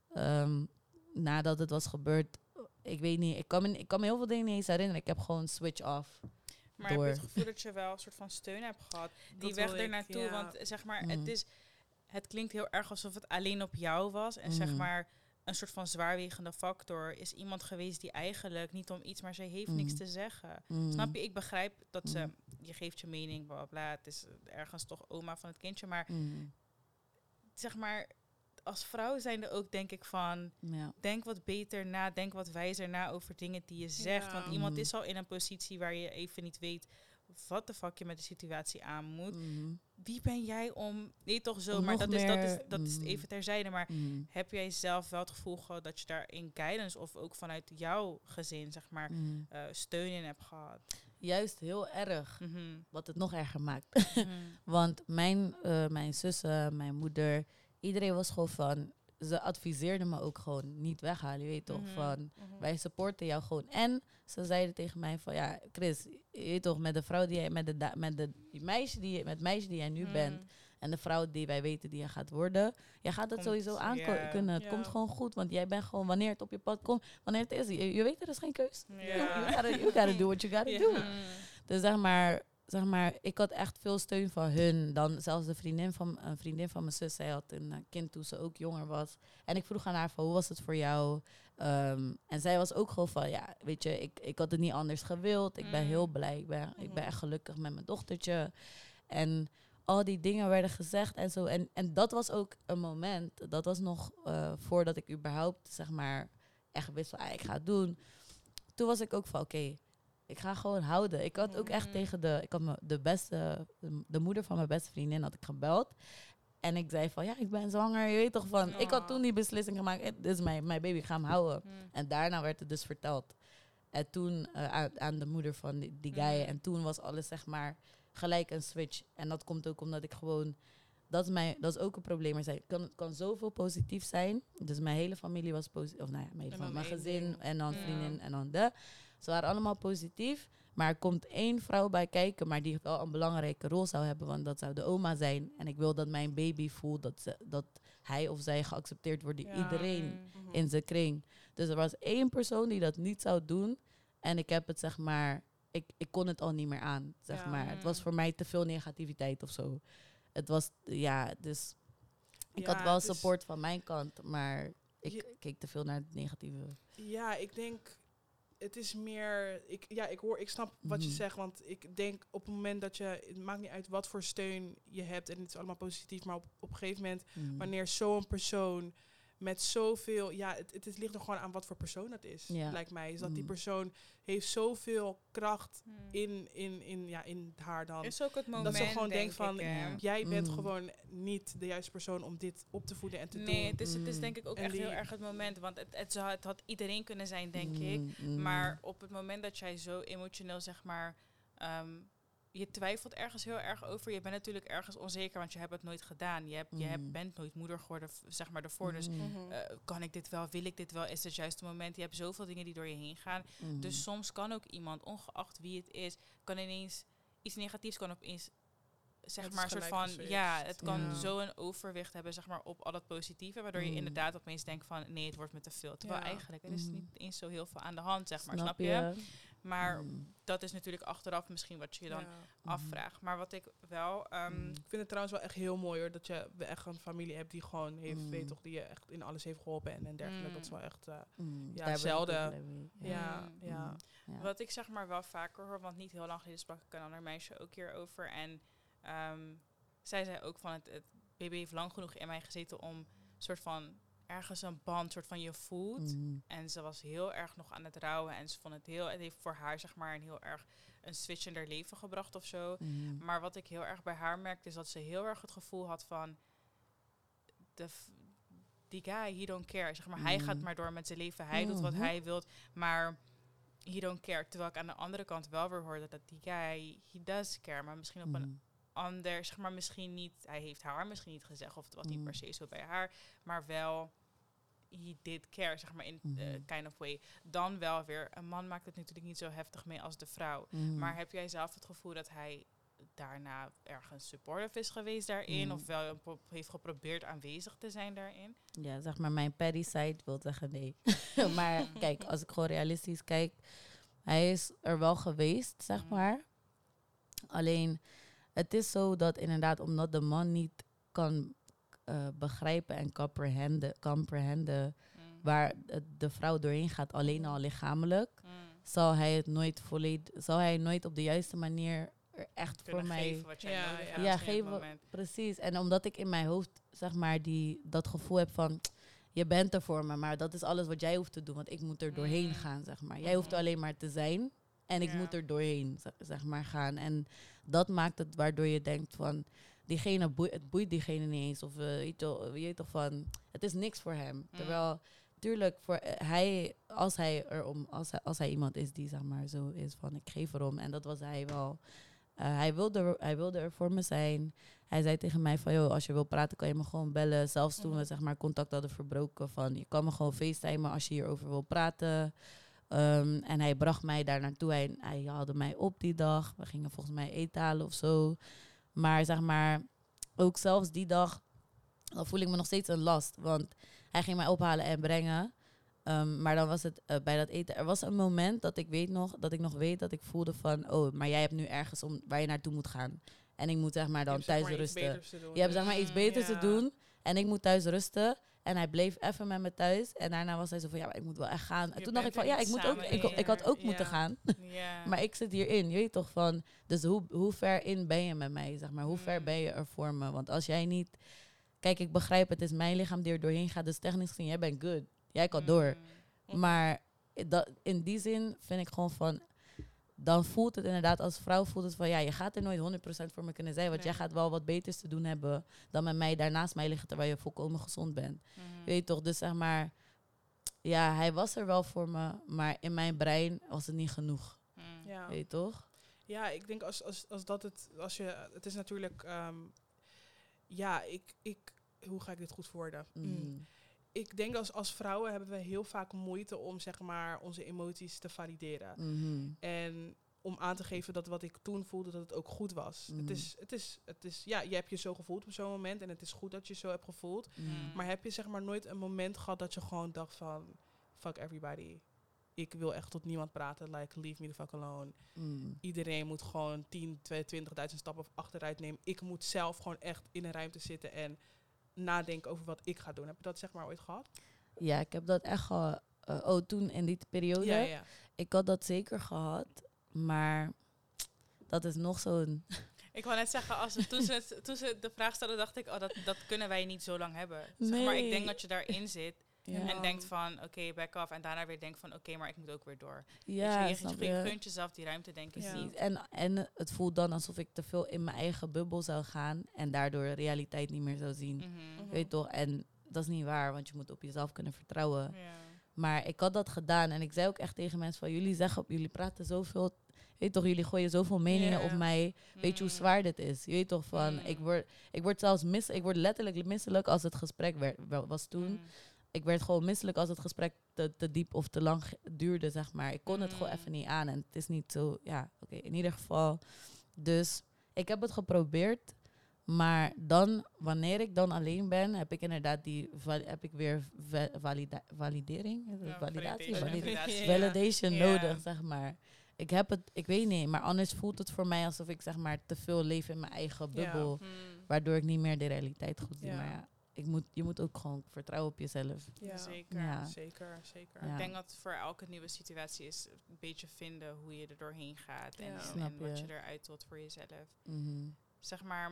nadat het was gebeurd, ik weet niet. Ik kan me heel veel dingen niet eens herinneren. Ik heb gewoon switch off. Maar heb je het gevoel dat je wel een soort van steun hebt gehad? Die weg er naartoe, want zeg maar, het klinkt heel erg alsof het alleen op jou was. En zeg maar, een soort van zwaarwegende factor is iemand geweest die eigenlijk niet om iets, maar ze heeft niks te zeggen. Snap je? Ik begrijp dat je geeft je mening, bla bla. Het is ergens toch oma van het kindje. Maar zeg maar, als vrouw zijn er ook, denk ik van, denk wat beter na, denk wat wijzer na over dingen die je zegt. Want iemand is al in een positie waar je even niet weet wat de fuck je met de situatie aan moet. Wie ben jij om... Nee, toch zo, maar dat is even terzijde. Maar heb jij zelf wel het gevoel gehad dat je daar in guidance of ook vanuit jouw gezin, zeg maar, steun in hebt gehad? Juist heel erg. Wat het nog erger maakt. Want mijn zussen, mijn moeder, iedereen was gewoon van... Ze adviseerden me ook gewoon niet weghalen, je weet toch, van wij supporten jou gewoon. En ze zeiden tegen mij van, ja, Chris, je weet toch, met de vrouw die jij, met het meisje die jij nu bent En de vrouw die wij weten die je gaat worden, jij gaat het sowieso kunnen. Het komt gewoon goed, want jij bent gewoon, wanneer het op je pad komt, wanneer het is. Je weet, er is geen keus. You gotta do what you gotta do. Dus zeg maar, ik had echt veel steun van hun. Dan zelfs een vriendin van mijn zus, zij had een kind toen ze ook jonger was. En ik vroeg aan haar van, hoe was het voor jou? En zij was ook gewoon van, ja, weet je, ik had het niet anders gewild. Ik ben heel blij. Ik ben echt gelukkig met mijn dochtertje. En al die dingen werden gezegd en zo. En dat was ook een moment, dat was nog voordat ik überhaupt, zeg maar, echt wist van, ik ga het doen. Toen was ik ook van, oké, ik ga gewoon houden. Ik had ook echt tegen de moeder van mijn beste vriendin had ik gebeld. En ik zei van, ja, ik ben zwanger. Je weet toch van, ik had toen die beslissing gemaakt. Dit is mijn baby, ik ga hem houden. En daarna werd het dus verteld. En toen aan de moeder van die guy. En toen was alles, zeg maar, gelijk een switch. En dat komt ook omdat ik gewoon... Dat is ook een probleem. Het kan zoveel positief zijn. Dus mijn hele familie was positief. Of nou ja, mijn gezin en dan vriendin en dan de... Ze waren allemaal positief. Maar er komt 1 vrouw bij kijken, maar die wel een belangrijke rol zou hebben. Want dat zou de oma zijn. En ik wil dat mijn baby voelt dat hij of zij geaccepteerd wordt door iedereen in zijn kring. Dus er was 1 persoon die dat niet zou doen. En ik heb het, zeg maar... Ik kon het al niet meer aan, zeg maar. Het was voor mij te veel negativiteit of zo. Het was, dus... Ik had wel support van mijn kant, maar ik keek te veel naar het negatieve. Ja, ik denk... Het is meer... Ik snap wat je zegt, want ik denk op het moment dat je... Het maakt niet uit wat voor steun je hebt en het is allemaal positief, maar op een gegeven moment, wanneer zo'n persoon met zoveel... Ja, het ligt er gewoon aan wat voor persoon het is, lijkt mij. Is dat die persoon heeft zoveel kracht in haar dan. Is ook het moment, dat ze gewoon denkt van, jij bent Mm. gewoon niet de juiste persoon om dit op te voeden en te doen. Nee, het is denk ik ook echt heel erg het moment. Want het had iedereen kunnen zijn, denk ik. Maar op het moment dat jij zo emotioneel, zeg maar... je twijfelt ergens heel erg over. Je bent natuurlijk ergens onzeker, want je hebt het nooit gedaan. Je bent nooit moeder geworden, zeg maar, daarvoor. Dus kan ik dit wel? Wil ik dit wel? Is het het juiste moment? Je hebt zoveel dingen die door je heen gaan. Dus soms kan ook iemand, ongeacht wie het is, kan ineens iets negatiefs, kan opeens, zeg maar, een soort van... het kan zo een overwicht hebben, zeg maar, op al het positieve, waardoor je inderdaad opeens denkt van, nee, het wordt me te veel. Terwijl eigenlijk, er is niet eens zo heel veel aan de hand, zeg maar. Snap je? Maar dat is natuurlijk achteraf misschien wat je dan afvraagt. Maar wat ik wel... Ik vind het trouwens wel echt heel mooi, hoor, dat je echt een familie hebt die gewoon heeft, weet toch, die je echt in alles heeft geholpen en dergelijke. Dat is wel echt zelden. Wat ik, zeg maar, wel vaker hoor, want niet heel lang geleden sprak ik een ander meisje ook hierover. En zij zei ook van, het baby heeft lang genoeg in mij gezeten om soort van... ergens een band soort van je voelt. En ze was heel erg nog aan het rouwen. En ze vond het heeft voor haar, zeg maar, een switch in haar leven gebracht of zo. Maar wat ik heel erg bij haar merkte, is dat ze heel erg het gevoel had van... die guy, he don't care. Zeg maar, hij gaat maar door met zijn leven. Hij doet wat hij wil. Maar he don't care. Terwijl ik aan de andere kant wel weer hoorde dat die guy, he does care. Maar misschien op een ander, zeg maar, misschien niet... Hij heeft haar misschien niet gezegd, of het was niet per se zo bij haar. Maar wel... he did care, zeg maar, in kind of way. Dan wel weer, een man maakt het natuurlijk niet zo heftig mee als de vrouw. Maar heb jij zelf het gevoel dat hij daarna ergens supportive is geweest daarin? Of wel heeft geprobeerd aanwezig te zijn daarin? Ja, zeg maar, mijn petty side wil zeggen nee. Maar kijk, als ik gewoon realistisch kijk, hij is er wel geweest, zeg maar. Alleen, het is zo dat inderdaad, omdat de man niet kan... begrijpen en comprehenden waar de vrouw doorheen gaat, alleen al lichamelijk, zal hij nooit op de juiste manier er echt voor mij geven wat jij nodig hebt geven. Precies. En omdat ik in mijn hoofd, zeg maar, dat gevoel heb van, je bent er voor me, maar dat is alles wat jij hoeft te doen, want ik moet er doorheen gaan, zeg maar. Jij hoeft er alleen maar te zijn en ik moet er doorheen, zeg maar, gaan. En dat maakt het waardoor je denkt van, diegene het boeit diegene niet eens. Of weet toch van, het is niks voor hem. Terwijl, tuurlijk, als hij iemand is die, zeg maar, zo is van, ik geef erom. En dat was hij wel. Hij wilde er voor me zijn. Hij zei tegen mij van, joh, als je wil praten, kan je me gewoon bellen. Zelfs toen we, zeg maar, contact hadden verbroken, van, je kan me gewoon facetimen als je hierover wil praten. En hij bracht mij daar naartoe. Hij haalde mij op die dag. We gingen volgens mij eten halen of zo. Maar zeg maar, ook zelfs die dag, dan voel ik me nog steeds een last. Want hij ging mij ophalen en brengen. Maar dan was het bij dat eten. Er was een moment dat ik nog weet dat ik voelde van, oh, maar jij hebt nu ergens waar je naartoe moet gaan. En ik moet zeg maar dan thuis rusten. Je hebt zeg maar iets beters te doen. En ik moet thuis rusten. En hij bleef even met me thuis. En daarna was hij zo van, ja, maar ik moet wel echt gaan. En toen dacht ik van, ja, ik had ook moeten gaan. Maar ik zit hierin. Je weet toch van, dus hoe ver in ben je met mij, zeg maar. Hoe ver ben je er voor me? Want als jij niet... Kijk, ik begrijp, het is mijn lichaam die er doorheen gaat. Dus technisch gezien, jij bent good. Jij kan door. Maar in die zin vind ik gewoon van... Dan voelt het inderdaad, als vrouw voelt het van... Ja, je gaat er nooit 100% voor me kunnen zijn. Want jij gaat wel wat beters te doen hebben... dan met mij daarnaast mij liggen terwijl je volkomen gezond bent. Weet je toch? Dus zeg maar... Ja, hij was er wel voor me. Maar in mijn brein was het niet genoeg. Weet je toch? Ja, ik denk als dat het... Het is natuurlijk... hoe ga ik dit goed verwoorden? Ik denk als vrouwen hebben we heel vaak moeite om zeg maar onze emoties te valideren. En om aan te geven dat wat ik toen voelde, dat het ook goed was. Het is, ja, je hebt je zo gevoeld op zo'n moment en het is goed dat je zo hebt gevoeld. Maar heb je zeg maar nooit een moment gehad dat je gewoon dacht van, fuck everybody. Ik wil echt tot niemand praten, like leave me the fuck alone. Iedereen moet gewoon 10, 20.000 stappen achteruit nemen. Ik moet zelf gewoon echt in een ruimte zitten en nadenken over wat ik ga doen. Heb je dat zeg maar ooit gehad? Ja, ik heb dat echt gehad. Toen in die periode. Ja. Ik had dat zeker gehad. Maar dat is nog zo'n... Ik wou net zeggen, toen ze de vraag stelden, dacht ik... dat kunnen wij niet zo lang hebben. Zeg maar, ik denk dat je daarin zit... En denkt van, oké, back off. En daarna weer denkt van, oké, maar ik moet ook weer door. Ja, je gunt jezelf die ruimte, denk ik. Ja. En het voelt dan alsof ik te veel in mijn eigen bubbel zou gaan. En daardoor de realiteit niet meer zou zien. Weet je toch? En dat is niet waar, want je moet op jezelf kunnen vertrouwen. Ja. Maar ik had dat gedaan. En ik zei ook echt tegen mensen van, jullie praten zoveel... Weet toch, jullie gooien zoveel meningen op mij. Weet je hoe zwaar dit is? Je weet toch van, ik word zelfs ik word letterlijk misselijk als het gesprek was toen. Ik werd gewoon misselijk als het gesprek te diep of te lang duurde, zeg maar. Ik kon het gewoon even niet aan. En het is niet zo, ja, oké, in ieder geval. Dus ik heb het geprobeerd. Maar dan, wanneer ik dan alleen ben, heb ik inderdaad weer validering? Validation nodig, zeg maar. Ik weet niet, maar anders voelt het voor mij alsof ik, zeg maar, te veel leef in mijn eigen bubbel. Waardoor ik niet meer de realiteit goed zie. Maar ja. Je moet ook gewoon vertrouwen op jezelf. Ja. Zeker. Ja. Ik denk dat voor elke nieuwe situatie is een beetje vinden hoe je er doorheen gaat. En wat je eruit tot voor jezelf. Zeg maar...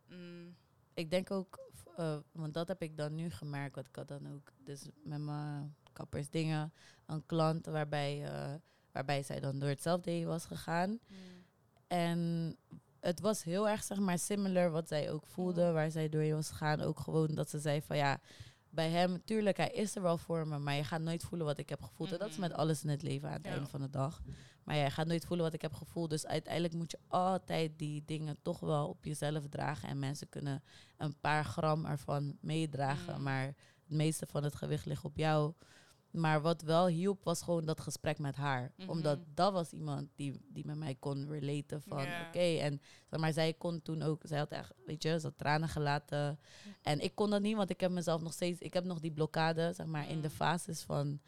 Ik denk ook, want dat heb ik dan nu gemerkt. Wat ik had dan ook dus met mijn kappersdingen. Een klant waarbij zij dan door hetzelfde heen was gegaan. En... Het was heel erg, zeg maar, similar wat zij ook voelde, waar zij doorheen was gegaan. Ook gewoon dat ze zei van, ja, bij hem, tuurlijk, hij is er wel voor me, maar je gaat nooit voelen wat ik heb gevoeld. En dat is met alles in het leven aan het einde van de dag. Maar ja, je gaat nooit voelen wat ik heb gevoeld. Dus uiteindelijk moet je altijd die dingen toch wel op jezelf dragen. En mensen kunnen een paar gram ervan meedragen, maar het meeste van het gewicht ligt op jou. Maar wat wel hielp, was gewoon dat gesprek met haar. Omdat dat was iemand die met mij kon relaten van oké. En zeg maar, zij kon toen ook, zij had echt, weet je, ze had tranen gelaten. En ik kon dat niet, want ik heb mezelf nog steeds, ik heb nog die blokkade, zeg maar, in de fases van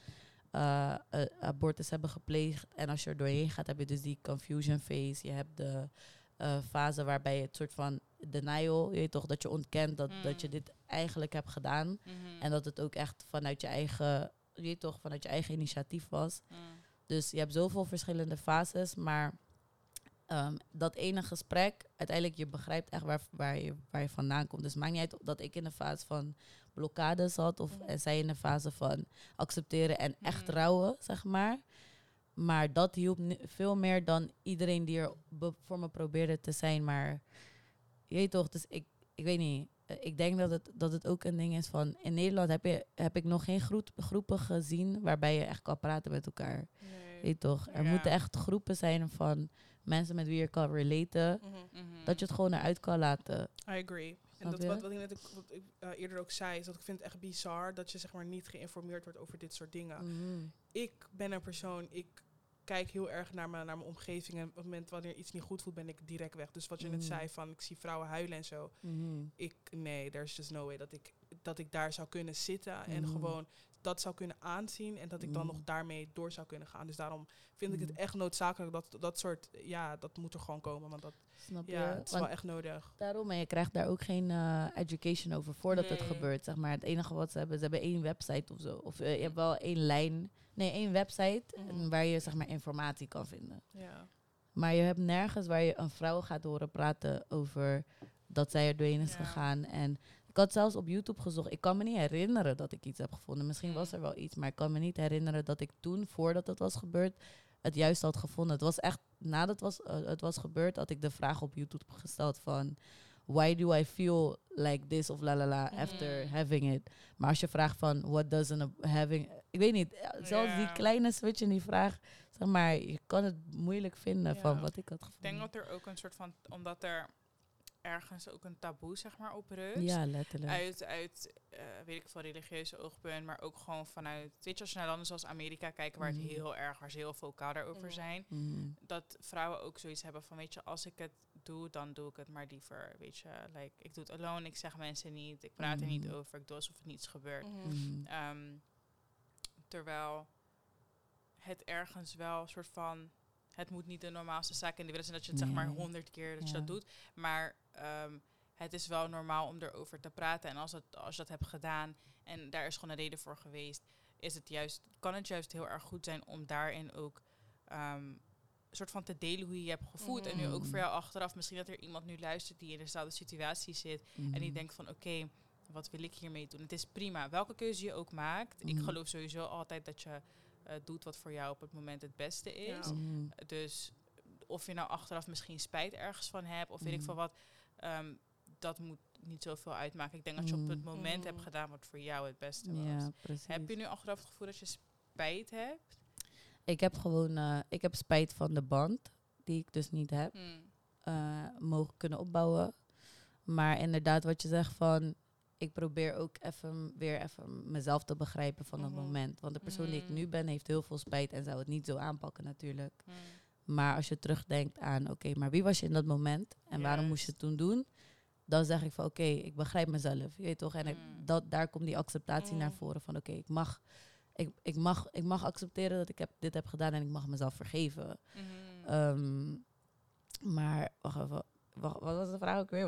abortus hebben gepleegd. En als je er doorheen gaat, heb je dus die confusion phase. Je hebt de fase waarbij je het soort van denial, je weet toch, dat je ontkent dat je dit eigenlijk hebt gedaan. En dat het ook echt vanuit je eigen... Je weet toch, vanuit je eigen initiatief was. Dus je hebt zoveel verschillende fases. Maar dat ene gesprek, uiteindelijk je begrijpt echt waar je vandaan komt. Dus het maakt niet uit dat ik in de fase van blokkade zat. Of zij in de fase van accepteren en echt rouwen, zeg maar. Maar dat hielp veel meer dan iedereen die er voor me probeerde te zijn. Maar je weet toch, dus ik weet niet... Ik denk dat het ook een ding is van... In Nederland heb ik nog geen groepen gezien... waarbij je echt kan praten met elkaar. Nee. Weet je toch? Er moeten echt groepen zijn van... mensen met wie je kan relaten... dat je het gewoon eruit kan laten. I agree. En dat wat ik eerder ook zei... is dat ik vind het echt bizar... dat je zeg maar niet geïnformeerd wordt over dit soort dingen. Ik ben een persoon... kijk heel erg naar mijn omgeving. En op het moment wanneer iets niet goed voelt, ben ik direct weg. Dus wat je net zei, van ik zie vrouwen huilen en zo. Nee, there's just no way dat ik daar zou kunnen zitten en gewoon dat zou kunnen aanzien en dat ik dan nog daarmee door zou kunnen gaan. Dus daarom vind ik het echt noodzakelijk dat soort, dat moet er gewoon komen. Want dat, snap je? het is wel echt nodig. Daarom, en je krijgt daar ook geen education over voordat het gebeurt, zeg maar. Het enige wat ze hebben één website of zo. Of je hebt wel één website waar je, zeg maar, informatie kan vinden. Ja. Maar je hebt nergens waar je een vrouw gaat horen praten over dat zij er doorheen is gegaan. En ik had zelfs op YouTube gezocht. Ik kan me niet herinneren dat ik iets heb gevonden. Misschien was er wel iets, maar ik kan me niet herinneren dat ik toen, voordat het was gebeurd, het juist had gevonden. Het was echt, nadat het was gebeurd, had ik de vraag op YouTube gesteld van, why do I feel like this of la la la after having it? Maar als je vraagt van, what doesn't having... Ik weet niet, zelfs die kleine switch in die vraag, zeg maar, je kan het moeilijk vinden van wat ik had gevonden. Ik denk dat er ook een soort van, omdat er ergens ook een taboe, zeg maar, op rust. Ja, letterlijk. Uit weet ik veel, religieuze oogpunt, maar ook gewoon vanuit, weet je, als je naar landen zoals Amerika kijkt, waar waar ze heel vocaal daarover zijn, dat vrouwen ook zoiets hebben van, weet je, als ik het doe, dan doe ik het maar liever, weet je, like, ik doe het alone, ik zeg mensen niet, ik praat er niet over, ik doe alsof er niets gebeurt. Terwijl het ergens wel een soort van, het moet niet de normaalste zaak in de wereld zijn dat je het zeg maar 100 keer dat je dat doet, maar het is wel normaal om erover te praten. En als je dat hebt gedaan en daar is gewoon een reden voor geweest, kan het juist heel erg goed zijn om daarin ook een soort van te delen hoe je je hebt gevoeld. En nu ook voor jou achteraf, misschien dat er iemand nu luistert die in dezelfde situatie zit en die denkt van oké, wat wil ik hiermee doen? Het is prima, welke keuze je ook maakt. Ik geloof sowieso altijd dat je doet wat voor jou op het moment het beste is. Dus of je nou achteraf misschien spijt ergens van hebt of weet ik veel wat, dat moet niet zoveel uitmaken. Ik denk dat je op het moment hebt gedaan wat voor jou het beste was. Ja, precies. Heb je nu achteraf het gevoel dat je spijt hebt? Ik heb gewoon, ik heb spijt van de band die ik dus niet heb mogen kunnen opbouwen. Maar inderdaad wat je zegt van, ik probeer ook weer even mezelf te begrijpen van dat moment. Want de persoon die ik nu ben heeft heel veel spijt en zou het niet zo aanpakken natuurlijk. Maar als je terugdenkt aan, oké, maar wie was je in dat moment? En waarom moest je het toen doen? Dan zeg ik van, oké, ik begrijp mezelf. Je weet toch? En daar komt die acceptatie naar voren van, oké, ik mag accepteren dat ik dit heb gedaan en ik mag mezelf vergeven. Maar, wacht even. Wat was de vraag ook weer?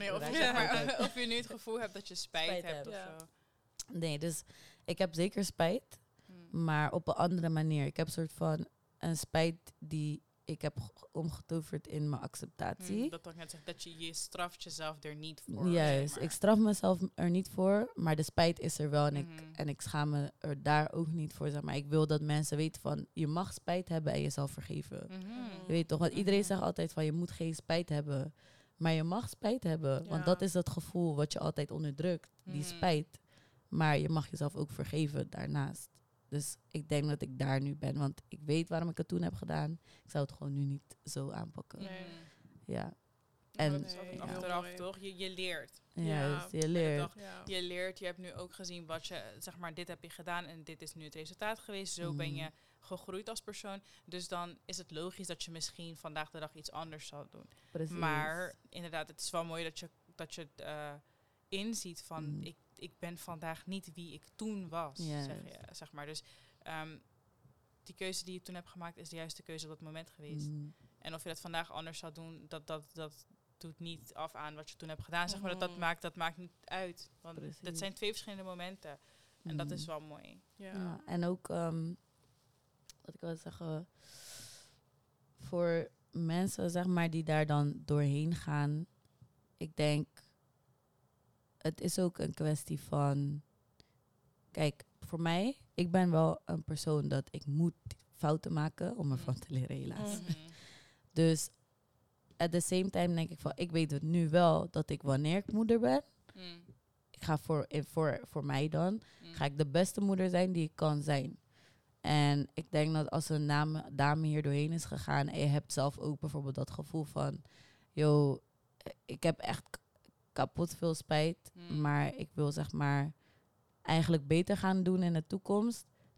Of je nu het gevoel hebt dat je spijt hebt of zo. Nee, dus ik heb zeker spijt, maar op een andere manier. Ik heb een soort van een spijt die ik heb omgetoverd in mijn acceptatie. Dat ik net zeg, dat je straft jezelf er niet voor. Juist, zeg maar. Ik straf mezelf er niet voor, maar de spijt is er wel en ik schaam me er daar ook niet voor. Zeg maar ik wil dat mensen weten van, je mag spijt hebben en jezelf vergeven. Je weet toch, want iedereen zegt altijd van, je moet geen spijt hebben. Maar je mag spijt hebben, want dat is het gevoel wat je altijd onderdrukt, die spijt. Maar je mag jezelf ook vergeven daarnaast. Dus ik denk dat ik daar nu ben, want ik weet waarom ik het toen heb gedaan. Ik zou het gewoon nu niet zo aanpakken. Ja. En achteraf toch? Je leert. Ja, je leert. Je leert, je hebt nu ook gezien wat je, zeg maar, dit heb je gedaan en dit is nu het resultaat geweest. Zo ben je gegroeid als persoon. Dus dan is het logisch dat je misschien vandaag de dag iets anders zal doen. Precies. Maar inderdaad, het is wel mooi dat je het inziet van ik ben vandaag niet wie ik toen was. Zeg maar. Dus die keuze die je toen hebt gemaakt is de juiste keuze op dat moment geweest. En of je dat vandaag anders zou doen, dat doet niet af aan wat je toen hebt gedaan. Zeg maar, dat maakt niet uit. Want dat zijn 2 verschillende momenten. En dat is wel mooi. Ja, en ook, wat ik wil zeggen, voor mensen, zeg maar, die daar dan doorheen gaan, ik denk, het is ook een kwestie van, kijk, voor mij, ik ben wel een persoon dat ik moet fouten maken om ervan te leren, helaas. Dus at the same time denk ik van, ik weet het nu wel dat ik wanneer ik moeder ben, ik ga voor mij dan, ga ik de beste moeder zijn die ik kan zijn. En ik denk dat als een dame hier doorheen is gegaan en je hebt zelf ook bijvoorbeeld dat gevoel van, yo, ik heb echt kapot veel spijt, maar ik wil zeg maar eigenlijk beter gaan doen in de toekomst.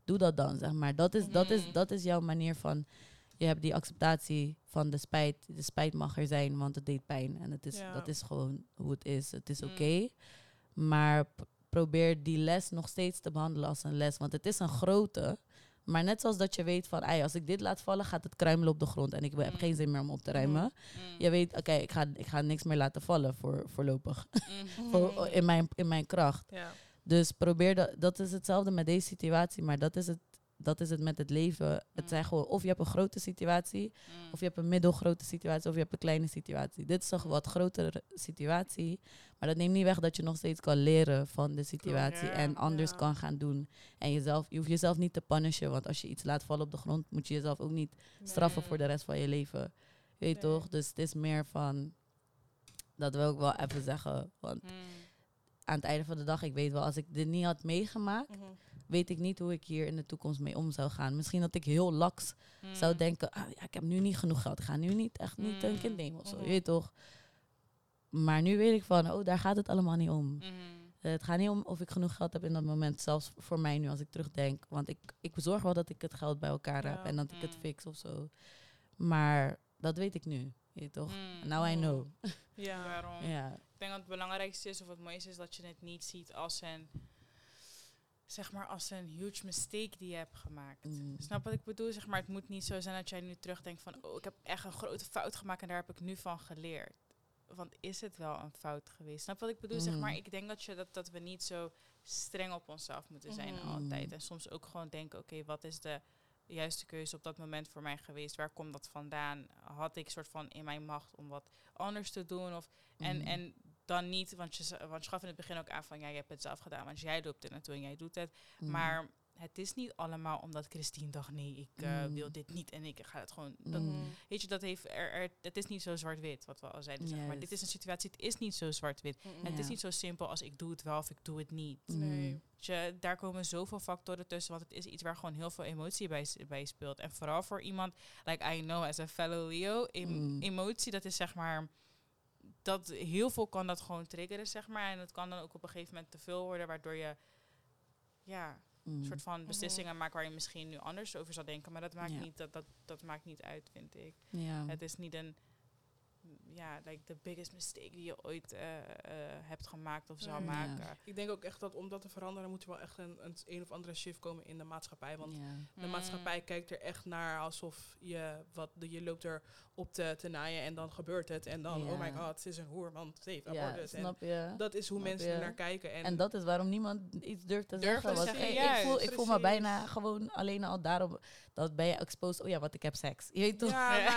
doe dat dan, zeg maar. Dat is jouw manier van... Je hebt die acceptatie van de spijt. De spijt mag er zijn, want het deed pijn. En dat is gewoon hoe het is. Het is oké. Maar probeer die les nog steeds te behandelen als een les. Want het is een grote. Maar net zoals dat je weet van... als ik dit laat vallen, gaat het kruimelen op de grond. En ik heb geen zin meer om op te ruimen. Je weet, oké, ik ga niks meer laten vallen voorlopig. in mijn kracht. Ja. Dus probeer dat is hetzelfde met deze situatie. Maar dat is het met het leven. Het zijn gewoon, of je hebt een grote situatie, of je hebt een middelgrote situatie, of je hebt een kleine situatie. Dit is toch een wat grotere situatie. Maar dat neemt niet weg dat je nog steeds kan leren van de situatie en anders kan gaan doen. En je hoeft jezelf niet te punishen, want als je iets laat vallen op de grond, moet je jezelf ook niet straffen voor de rest van je leven. Weet je toch? Dus het is meer van, dat wil ik wel even zeggen. Want aan het einde van de dag, ik weet wel, als ik dit niet had meegemaakt, weet ik niet hoe ik hier in de toekomst mee om zou gaan. Misschien dat ik heel laks zou denken, ik heb nu niet genoeg geld. Ik ga nu niet een kind nemen of zo. Je weet toch? Maar nu weet ik van, daar gaat het allemaal niet om. Het gaat niet om of ik genoeg geld heb in dat moment. Zelfs voor mij nu, als ik terugdenk. Want ik zorg wel dat ik het geld bij elkaar heb en dat ik het fix of zo. Maar dat weet ik nu. Weet je toch? Now I know. Ja, waarom? Ja. Ik denk dat het belangrijkste is, of het mooiste is, dat je het niet ziet als een huge mistake die je hebt gemaakt. Snap wat ik bedoel? Zeg maar, het moet niet zo zijn dat jij nu terugdenkt van, ik heb echt een grote fout gemaakt en daar heb ik nu van geleerd. Want is het wel een fout geweest? Snap wat ik bedoel? Zeg maar, ik denk dat we niet zo streng op onszelf moeten zijn altijd. En soms ook gewoon denken, oké, wat is de juiste keuze op dat moment voor mij geweest? Waar komt dat vandaan? Had ik soort van in mijn macht om wat anders te doen? En dan niet, want je gaf in het begin ook aan van, je hebt het zelf gedaan, want jij loopt er naartoe en jij doet het. Maar het is niet allemaal omdat Christine dacht, nee, ik wil dit niet en ik ga het gewoon. Weet je, dat heeft het is niet zo zwart-wit, wat we al zeiden. Zeg maar. Dit is een situatie, het is niet zo zwart-wit. En het is niet zo simpel als ik doe het wel of ik doe het niet. Nee. Daar komen zoveel factoren tussen, want het is iets waar gewoon heel veel emotie bij speelt. En vooral voor iemand, like I know as a fellow Leo, emotie, dat is zeg maar, dat heel veel kan dat gewoon triggeren, zeg maar. En het kan dan ook op een gegeven moment te veel worden, waardoor je een soort van beslissingen maakt waar je misschien nu anders over zou denken. Maar dat maakt niet, dat maakt niet uit, vind ik. Ja. Het is niet like the biggest mistake die je ooit hebt gemaakt of zou maken. Ik denk ook echt dat om dat te veranderen moet er wel echt een of andere shift komen in de maatschappij. Want de maatschappij kijkt er echt naar alsof je loopt er op te naaien en dan gebeurt het. En dan, oh my god, ze is een hoer, want ze heeft abortus. Snap je? Dat is hoe mensen er naar kijken. En dat is waarom niemand iets durft te zeggen. Ik voel me bijna gewoon alleen al daarom, dat ben je exposed, want ik heb seks. Je weet toch? Ja,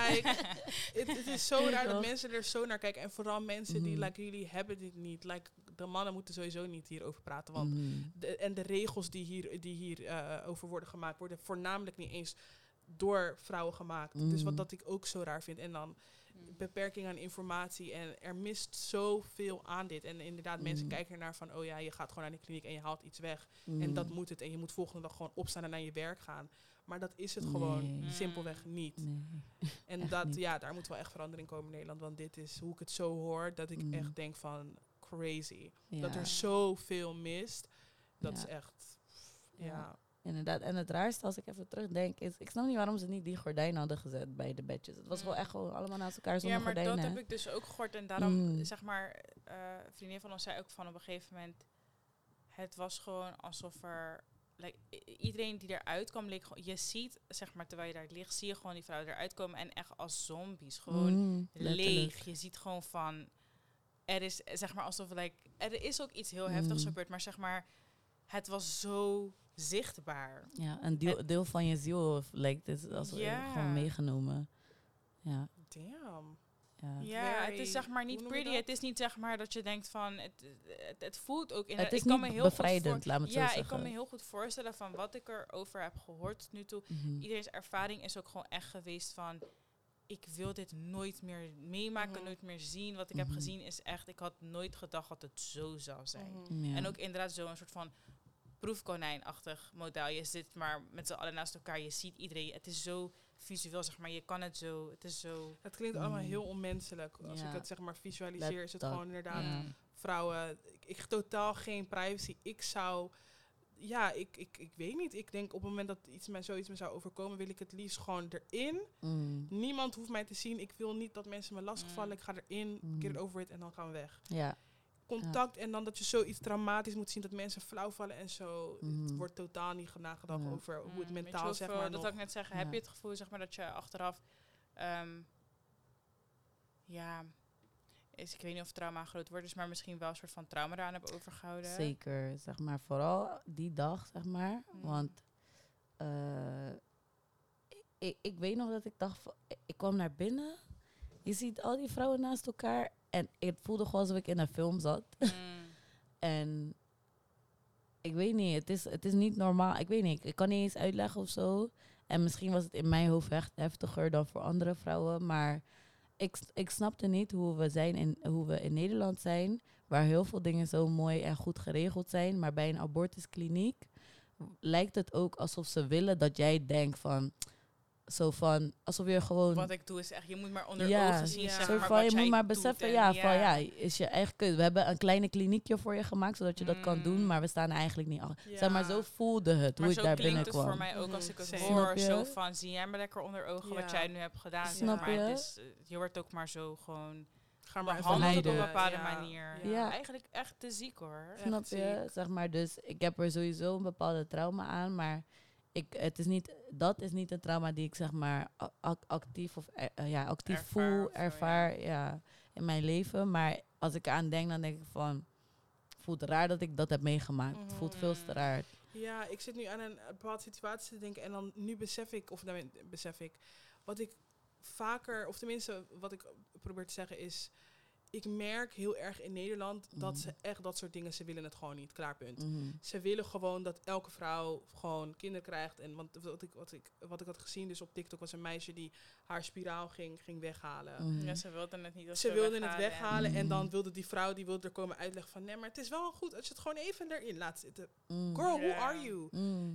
het is zo raar dat mensen er zo naar kijken. En vooral mensen die, jullie hebben dit niet. De mannen moeten sowieso niet hierover praten. Want de regels die hier over worden gemaakt, worden voornamelijk niet eens door vrouwen gemaakt. Dus wat ik ook zo raar vind. En dan beperking aan informatie. En er mist zoveel aan dit. En inderdaad, mensen kijken ernaar van, je gaat gewoon naar de kliniek en je haalt iets weg. En dat moet het. En je moet volgende dag gewoon opstaan en naar je werk gaan. Maar dat is het gewoon simpelweg niet. Nee. En daar moet wel echt verandering komen in Nederland. Want dit is hoe ik het zo hoor, dat ik echt denk van crazy. Ja. Dat er zoveel mist. Dat is echt, Inderdaad. En het raarste, als ik even terugdenk, is, ik snap niet waarom ze niet die gordijnen hadden gezet bij de bedjes. Het was gewoon echt allemaal naast elkaar zonder gordijnen. Ja, maar dat heb ik dus ook gehoord. En daarom, zeg maar, een vriendin van ons zei ook van op een gegeven moment, het was gewoon alsof er, iedereen die eruit kwam, leek gewoon, je ziet, zeg maar, terwijl je daar ligt, zie je gewoon die vrouwen eruit komen en echt als zombies, gewoon leeg. Je ziet gewoon van, er is, zeg maar, alsof, er is ook iets heel heftigs gebeurd, maar zeg maar, het was zo zichtbaar. Ja, een deel van je ziel lijkt het als gewoon meegenomen. Ja. Damn. Ja, het is zeg maar niet pretty. Het is niet zeg maar dat je denkt van, het voelt ook in. Het is niet bevrijdend, laat me het zo zeggen. Ja, ik kan me heel goed voorstellen van wat ik erover heb gehoord tot nu toe. Iedereen's ervaring is ook gewoon echt geweest van, ik wil dit nooit meer meemaken, nooit meer zien. Wat ik heb gezien is echt, ik had nooit gedacht dat het zo zou zijn. Ja. En ook inderdaad zo'n soort van proefkonijnachtig model. Je zit maar met z'n allen naast elkaar. Je ziet iedereen. Het is zo visueel, zeg maar. Je kan het zo. Het is zo. Het klinkt allemaal heel onmenselijk. Als ik het zeg maar visualiseer, is het gewoon inderdaad vrouwen. Ik totaal geen privacy. Ik zou ik weet niet. Ik denk op het moment dat zoiets me zou overkomen, wil ik het liefst gewoon erin. Niemand hoeft mij te zien. Ik wil niet dat mensen me lastigvallen. Ik ga erin, get it over it en dan gaan we weg. Ja. Contact en dan dat je zoiets traumatisch moet zien dat mensen flauw vallen en zo. Het wordt totaal niet nagedacht over hoe het mentaal, zeg maar. Dat wil ik net zeggen. Heb je het gevoel, zeg maar, dat je achteraf... ik weet niet of trauma een groot woord is, maar misschien wel een soort van trauma eraan hebben overgehouden. Zeker, zeg maar. Vooral die dag, zeg maar. Want ik weet nog dat ik dacht... Ik kwam naar binnen. Je ziet al die vrouwen naast elkaar. En het voelde gewoon alsof ik in een film zat. En ik weet niet, het is niet normaal. Ik weet niet, ik kan niet eens uitleggen of zo. En misschien was het in mijn hoofd echt heftiger dan voor andere vrouwen. Maar ik snapte niet hoe we in Nederland zijn, waar heel veel dingen zo mooi en goed geregeld zijn. Maar bij een abortuskliniek lijkt het ook alsof ze willen dat jij denkt van... Zo van, alsof je gewoon... Wat ik doe is echt, je moet maar onder ogen zien, zeg maar, van, wat je moet maar beseffen, is je eigen keuze. We hebben een kleine kliniekje voor je gemaakt, zodat je dat kan doen, maar we staan er eigenlijk niet achter. Ja. Zeg maar, zo voelde het, hoe ik daar binnenkwam. Maar zo klinkt het voor mij ook als ik het hoor, zo van, zie jij maar lekker onder ogen wat jij nu hebt gedaan. Snap je? Maar het is, je wordt ook maar zo gewoon... Ga maar behandeld op een bepaalde manier. Ja. Eigenlijk echt te ziek, hoor. Snap je? Zeg maar, dus ik heb er sowieso een bepaalde trauma aan, maar... Dat is niet een trauma die ik zeg maar actief ervaar in mijn leven. Maar als ik aan denk, dan denk ik van... Het voelt raar dat ik dat heb meegemaakt. Het voelt veel te raar. Ja, ik zit nu aan een bepaalde situatie te denken. En dan nu besef ik... Wat ik vaker... Of tenminste, wat ik probeer te zeggen is... Ik merk heel erg in Nederland dat ze echt dat soort dingen... Ze willen het gewoon niet, klaar punt. Ze willen gewoon dat elke vrouw gewoon kinderen krijgt. En want wat ik had gezien, dus op TikTok was een meisje die haar spiraal ging weghalen. Ja, ze wilde het niet. Ze wilde het weghalen en dan wilde die vrouw die wilde er komen uitleggen van... Nee, maar het is wel goed als je het gewoon even erin laat zitten. Girl, who are you?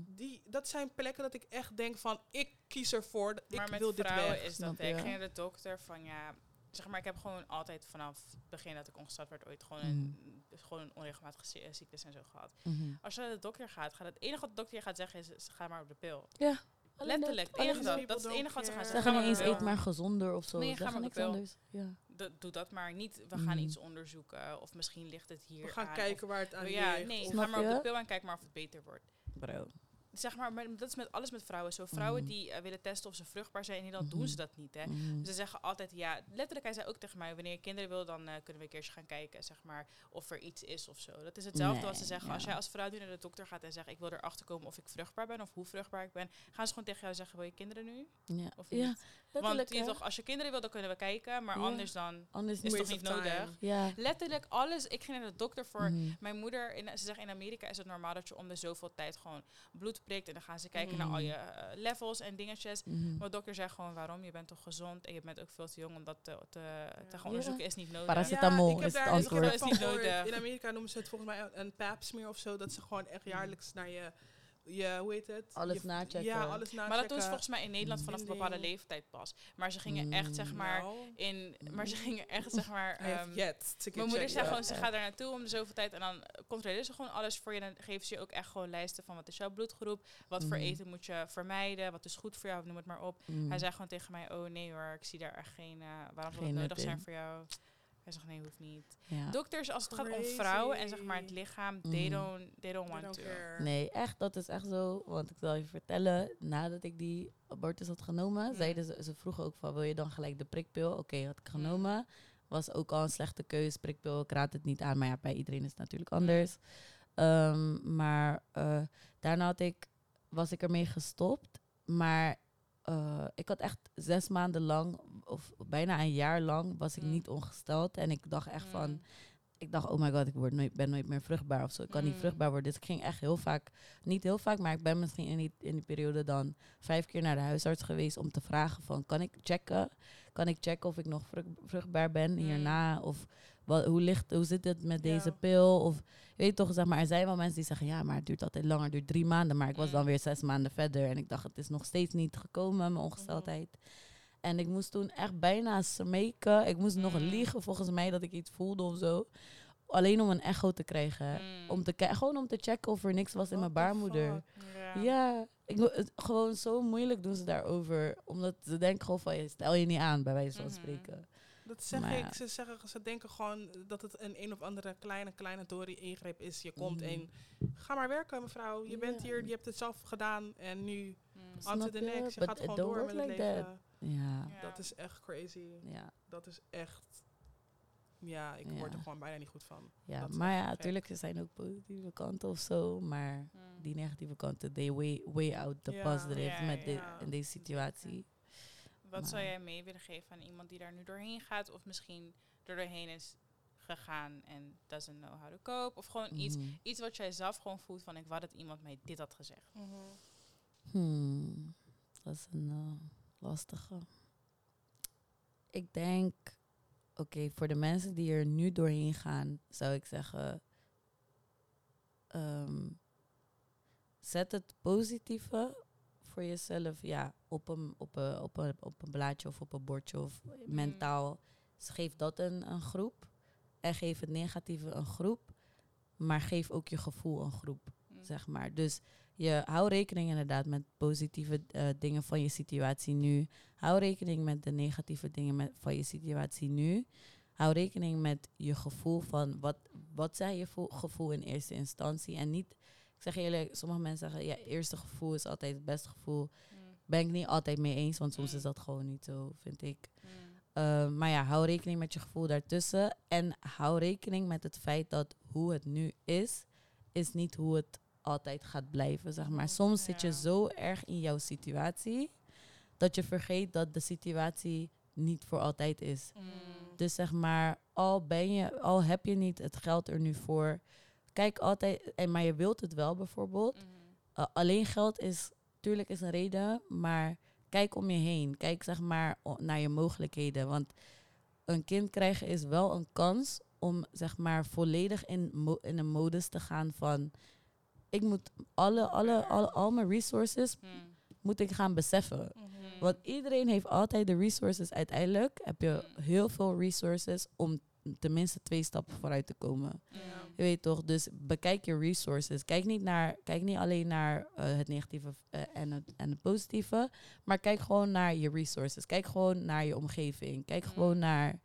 Dat zijn plekken dat ik echt denk van... Ik kies ervoor, ik wil dit weg. Maar met vrouwen is dat... Ik ging naar de dokter van zeg maar, ik heb gewoon altijd vanaf het begin dat ik ongesteld werd ooit gewoon onregelmatige ziektes en zo gehad. Als je naar de dokter gaat, het enige wat de dokter je gaat zeggen is, ga maar op de pil. Ja. Letterlijk. Dat is het enige wat ze gaan zeggen. Ze gaan niet eens eet maar gezonder of zo. Nee, ga maar op de pil. Anders. Ja. Doe dat maar niet. We gaan iets onderzoeken of misschien ligt het hier aan. We gaan kijken waar het aan ligt. Ja, nee, ga maar op de pil en kijk maar of het beter wordt. Bro. Zeg maar dat is met alles met vrouwen zo. Vrouwen die willen testen of ze vruchtbaar zijn, in Nederland doen ze dat niet. Hè. Ze zeggen altijd, letterlijk, hij zei ook tegen mij, wanneer je kinderen wil, dan kunnen we een keertje gaan kijken, zeg maar, of er iets is of zo. Dat is hetzelfde wat ze zeggen. Als jij als vrouw nu naar de dokter gaat en zegt, ik wil erachter komen of ik vruchtbaar ben of hoe vruchtbaar ik ben, gaan ze gewoon tegen jou zeggen, wil je kinderen nu? Ja. Of niet? Want toch, als je kinderen wil, dan kunnen we kijken, maar anders dan is het toch niet nodig. Ja. Letterlijk alles. Ik ging naar de dokter voor mijn moeder. Ze zeggen in Amerika is het normaal dat je om de zoveel tijd gewoon bloed prikt en dan gaan ze kijken naar al je levels en dingetjes. Maar de dokter zegt gewoon, waarom? Je bent toch gezond en je bent ook veel te jong om dat te gaan onderzoeken. Is niet nodig. Paracetamol is het antwoord. Is niet nodig. In Amerika noemen ze het volgens mij een pap smear of zo. Dat ze gewoon echt jaarlijks naar je... hoe heet het? Alles nachecken. Ja, alles nachecken. Maar dat doen ze volgens mij in Nederland vanaf een bepaalde leeftijd pas. Maar ze gingen echt, zeg maar, maar ze gingen echt, zeg maar... mijn moeder zei gewoon, ze gaat daar naartoe om de zoveel tijd. En dan controleren ze gewoon alles voor je. En dan geven ze je ook echt gewoon lijsten van wat is jouw bloedgroep. Wat voor eten moet je vermijden. Wat is goed voor jou, noem het maar op. Hij zei gewoon tegen mij, oh nee hoor, ik zie daar echt geen... waarom zou het nodig zijn voor jou? Hij zegt, nee, hoeft niet. Ja. Dokters, als het gaat om vrouwen en zeg maar het lichaam, they don't want to. Nee, echt, dat is echt zo. Want ik zal je vertellen, nadat ik die abortus had genomen, zeiden ze vroegen ook van, wil je dan gelijk de prikpil? Oké, had ik genomen. Was ook al een slechte keus, prikpil, ik raad het niet aan. Maar ja, bij iedereen is het natuurlijk anders. Maar daarna was ik ermee gestopt. Maar ik had echt 6 maanden lang, of bijna een jaar lang, was ik niet ongesteld. En ik dacht echt van, oh my god, ik ben nooit meer vruchtbaar of zo. Ik kan niet vruchtbaar worden. Dus ik ging echt heel vaak, niet heel vaak, maar ik ben misschien in die periode dan 5 keer naar de huisarts geweest om te vragen van, kan ik checken of ik nog vruchtbaar ben hierna? Of hoe zit het met deze pil? Of weet je toch, zeg maar, er zijn wel mensen die zeggen, ja, maar het duurt altijd langer, het duurt 3 maanden. Maar ik was dan weer 6 maanden verder en ik dacht, het is nog steeds niet gekomen, mijn ongesteldheid. En ik moest toen echt bijna smeken. Ik moest nog liegen, volgens mij, dat ik iets voelde of zo. alleen om een echo te krijgen. Gewoon om te checken of er niks was in mijn baarmoeder. Ja, gewoon zo moeilijk doen ze daarover. Omdat ze denken gewoon van, stel je niet aan, bij wijze van spreken. Dat zeg ik. Ze denken gewoon dat het een of andere kleine Dory-ingreep is. Je komt en ga maar werken, mevrouw. Je bent hier, je hebt het zelf gedaan en nu on to the next. Je gaat gewoon door met het leven. Ja. Dat is echt crazy. Ja. Dat is echt... Ja, ik word er gewoon bijna niet goed van. Ja, maar ja, natuurlijk, er zijn ook positieve kanten of zo. Maar die negatieve kanten, they way out the positive in deze situatie. Wat zou jij mee willen geven aan iemand die daar nu doorheen gaat? Of misschien doorheen is gegaan en doesn't know how to cope? Of gewoon iets wat jij zelf gewoon voelt van... ik wou dat iemand mij dit had gezegd. Dat is een lastige. Ik denk... Oké, voor de mensen die er nu doorheen gaan... zou ik zeggen... zet het positieve... voor jezelf, op een blaadje of op een bordje of mentaal. Dus geef dat een groep. En geef het negatieve een groep. Maar geef ook je gevoel een groep, zeg maar. Dus je hou rekening inderdaad met positieve dingen van je situatie nu. Hou rekening met de negatieve dingen van je situatie nu. Hou rekening met je gevoel van wat zijn je gevoel in eerste instantie. En niet... Ik zeg eerlijk, sommige mensen zeggen... eerste gevoel is altijd het beste gevoel. Ben ik niet altijd mee eens, want soms is dat gewoon niet zo, vind ik. Maar hou rekening met je gevoel daartussen. En hou rekening met het feit dat hoe het nu is niet hoe het altijd gaat blijven, zeg maar. Soms zit je zo erg in jouw situatie... dat je vergeet dat de situatie niet voor altijd is. Dus zeg maar, al heb je niet het geld er nu voor... Kijk altijd, maar je wilt het wel bijvoorbeeld. Alleen geld is een reden, maar kijk om je heen. Kijk zeg maar naar je mogelijkheden. Want een kind krijgen is wel een kans om zeg maar volledig in een modus te gaan van... Ik moet al mijn resources moet ik gaan beseffen. Want iedereen heeft altijd de resources. Uiteindelijk heb je heel veel resources om tenminste 2 stappen vooruit te komen. Je weet toch, dus bekijk je resources. Kijk niet alleen naar het negatieve en het positieve, maar kijk gewoon naar je resources. Kijk gewoon naar je omgeving. Kijk gewoon naar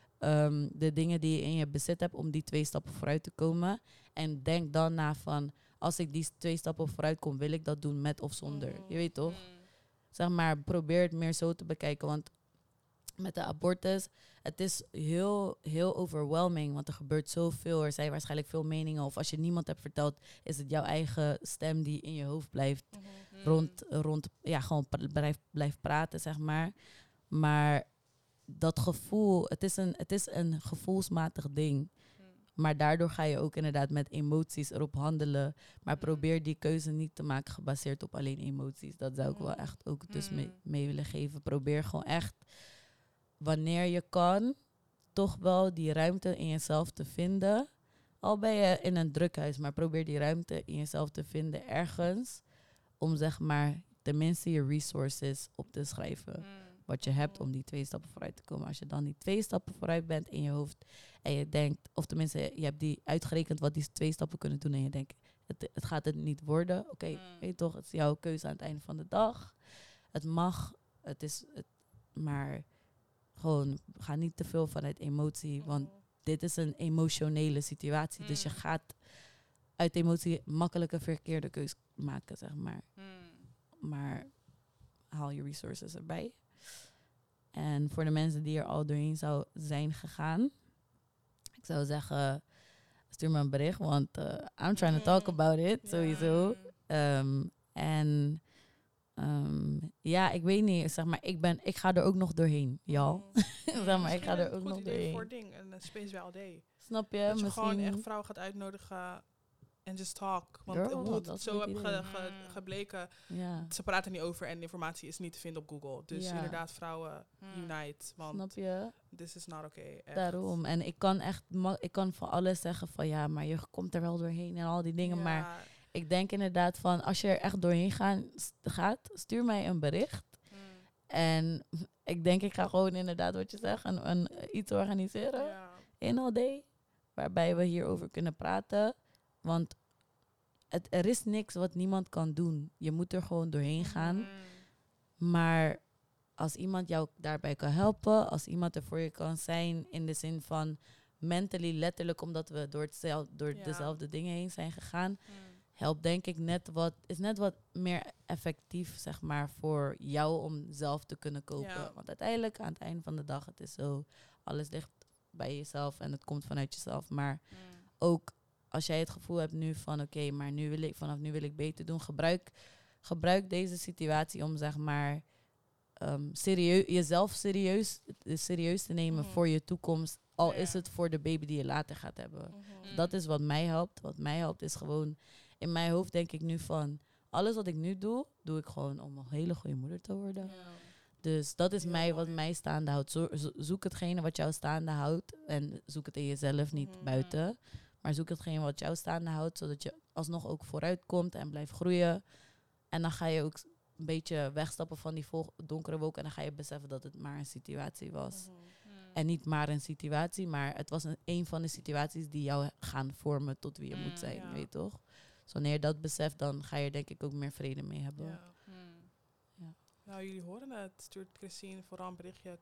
de dingen die je in je bezit hebt om die 2 stappen vooruit te komen. En denk dan na van, als ik die 2 stappen vooruit kom, wil ik dat doen met of zonder. Je weet toch? Zeg maar, probeer het meer zo te bekijken, want met de abortus, het is heel, heel overwhelming, want er gebeurt zoveel. Er zijn waarschijnlijk veel meningen. Of als je niemand hebt verteld, is het jouw eigen stem die in je hoofd blijft gewoon blijft praten, zeg maar. Maar dat gevoel, het is een gevoelsmatig ding. Maar daardoor ga je ook inderdaad met emoties erop handelen. Maar probeer die keuze niet te maken gebaseerd op alleen emoties. Dat zou ik wel echt ook dus mee willen geven. Probeer gewoon echt... wanneer je kan, toch wel die ruimte in jezelf te vinden. Al ben je in een drukhuis, maar probeer die ruimte in jezelf te vinden ergens. Om zeg maar tenminste je resources op te schrijven. Wat je hebt om die 2 stappen vooruit te komen. Als je dan die 2 stappen vooruit bent in je hoofd. En je denkt, of tenminste je hebt die uitgerekend wat die 2 stappen kunnen doen. En je denkt, het gaat het niet worden. Oké, weet je toch, het is jouw keuze aan het einde van de dag. Het mag, maar... Gewoon, ga niet te veel vanuit emotie, want dit is een emotionele situatie. Dus je gaat uit emotie makkelijk een verkeerde keus maken, zeg maar. Maar haal je resources erbij. En voor de mensen die er al doorheen zou zijn gegaan, ik zou zeggen, stuur me een bericht, want I'm trying to talk about it, sowieso. En... ik weet niet, zeg maar, ik ga er ook nog doorheen, y'all. Zeg maar, ik ga er ook nog doorheen. Voor een space wel day. Snap je? Dat je gewoon echt vrouwen gaat uitnodigen en just talk. Want hoe het zo heb gebleken, ze praten niet over en informatie is niet te vinden op Google. Dus inderdaad, vrouwen, unite. Want snap je? This is not okay. Daarom. En ik kan van alles zeggen van maar je komt er wel doorheen en al die dingen, maar... Ik denk inderdaad van, als je er echt doorheen gaat, stuur mij een bericht. En ik denk, ik ga gewoon inderdaad wat je zegt, iets organiseren. In all day. waarbij we hierover kunnen praten. Want er is niks wat niemand kan doen. Je moet er gewoon doorheen gaan. Maar als iemand jou daarbij kan helpen, als iemand er voor je kan zijn in de zin van mentally, letterlijk, omdat we door dezelfde dingen heen zijn gegaan, helpt denk ik is net wat meer effectief, zeg maar, voor jou om zelf te kunnen kopen. Ja. Want uiteindelijk, aan het einde van de dag, het is zo, alles ligt bij jezelf en het komt vanuit jezelf. Maar ook als jij het gevoel hebt nu van, oké, maar vanaf nu wil ik beter doen, gebruik deze situatie om, zeg maar, jezelf serieus te nemen voor je toekomst. Al is het voor de baby die je later gaat hebben. Dat is wat mij helpt. Wat mij helpt is gewoon, in mijn hoofd denk ik nu van, alles wat ik nu doe ik gewoon om een hele goede moeder te worden. Ja. Dus dat is wat mij staande houdt. Zoek hetgene wat jou staande houdt. En zoek het in jezelf, niet buiten. Maar zoek hetgene wat jou staande houdt, zodat je alsnog ook vooruit komt en blijft groeien. En dan ga je ook een beetje wegstappen van die donkere wolk. En dan ga je beseffen dat het maar een situatie was. En niet maar een situatie, maar het was een van de situaties die jou gaan vormen tot wie je moet zijn, weet je toch? Dus wanneer je dat beseft, dan ga je denk ik ook meer vrede mee hebben. Ja. Nou, jullie horen het. Stuurt Christine vooral een berichtje,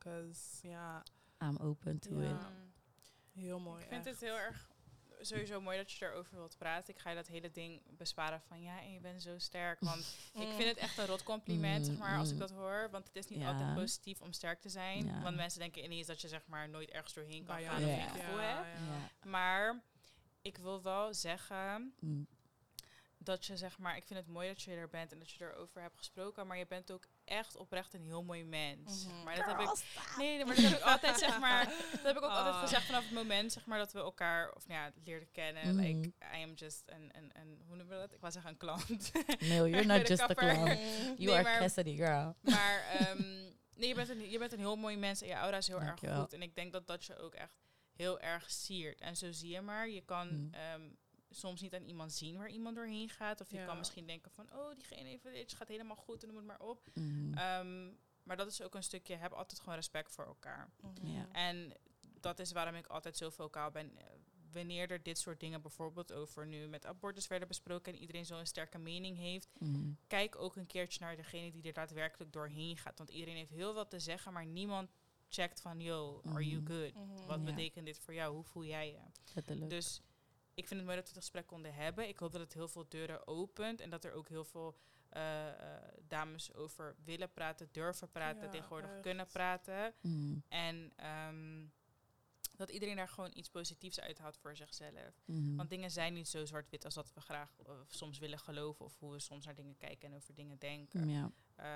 I'm open to it. Heel mooi. Ik vind het heel erg sowieso mooi dat je erover wilt praten. Ik ga je dat hele ding besparen van en je bent zo sterk. Want ik vind het echt een rot compliment, zeg maar, als ik dat hoor. Want het is niet altijd positief om sterk te zijn. Ja. Want mensen denken ineens dat je, zeg maar, nooit ergens doorheen kan gaan of je gevoel hebt. Ja. Maar ik wil wel zeggen dat je, zeg maar, ik vind het mooi dat je er bent en dat je erover hebt gesproken, maar je bent ook echt oprecht een heel mooi mens. Maar dat heb ik. Nee, maar dat heb ik altijd, zeg maar, dat heb ik ook altijd gezegd vanaf het moment, zeg maar, dat we elkaar leerden kennen. Like, I am just een hoe noemen we dat? Ik wou zeggen een klant. No, you're not just a klant. You are Cassidy, girl. Maar nee, je bent een heel mooi mens en je aura is heel erg goed. En ik denk dat je ook echt heel erg siert. En zo zie je maar. Je kan soms niet aan iemand zien waar iemand doorheen gaat. Of je kan misschien denken van, diegene even dit gaat helemaal goed en noem het maar op. Maar dat is ook een stukje, heb altijd gewoon respect voor elkaar. En dat is waarom ik altijd zo vocaal ben. Wanneer er dit soort dingen bijvoorbeeld over nu met abortus werden besproken en iedereen zo'n sterke mening heeft, kijk ook een keertje naar degene die er daadwerkelijk doorheen gaat. Want iedereen heeft heel wat te zeggen, maar niemand checkt van, are you good? Wat betekent dit voor jou? Hoe voel jij je? Dus ik vind het mooi dat we het gesprek konden hebben. Ik hoop dat het heel veel deuren opent en dat er ook heel veel dames over willen praten, durven praten, tegenwoordig kunnen praten. En dat iedereen daar gewoon iets positiefs uithaalt voor zichzelf. Want dingen zijn niet zo zwart-wit als dat we graag soms willen geloven of hoe we soms naar dingen kijken en over dingen denken.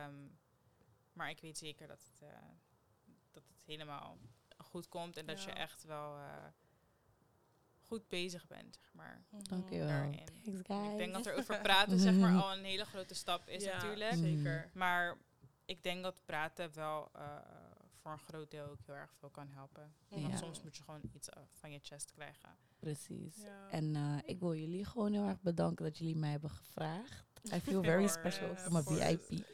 Maar ik weet zeker dat het helemaal goed komt en dat je echt wel goed bezig bent, zeg maar. Dankjewel. Thanks, guys. Ik denk dat er over praten, zeg maar, al een hele grote stap is natuurlijk. Zeker. Maar ik denk dat praten wel voor een groot deel ook heel erg veel kan helpen. Want soms moet je gewoon iets van je chest krijgen. Precies. Ja. En ik wil jullie gewoon heel erg bedanken dat jullie mij hebben gevraagd. I feel very special. I'm a VIP.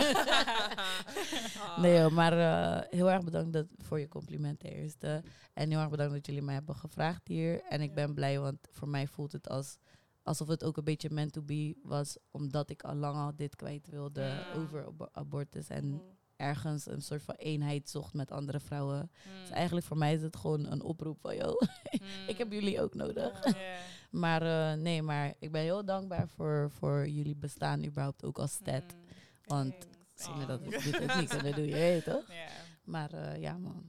Nee, maar heel erg bedankt voor je complimenten eerste. En heel erg bedankt dat jullie mij hebben gevraagd hier. En ik ben blij, want voor mij voelt het alsof het ook een beetje meant to be was. Omdat ik al lang al dit kwijt wilde over abortus. En ergens een soort van eenheid zocht met andere vrouwen. Dus eigenlijk voor mij is het gewoon een oproep van, ik heb jullie ook nodig. Maar nee, maar ik ben heel dankbaar voor jullie bestaan überhaupt ook als stad. Want zonder dat we dit niet kunnen doen, je weet toch? Maar ja, man.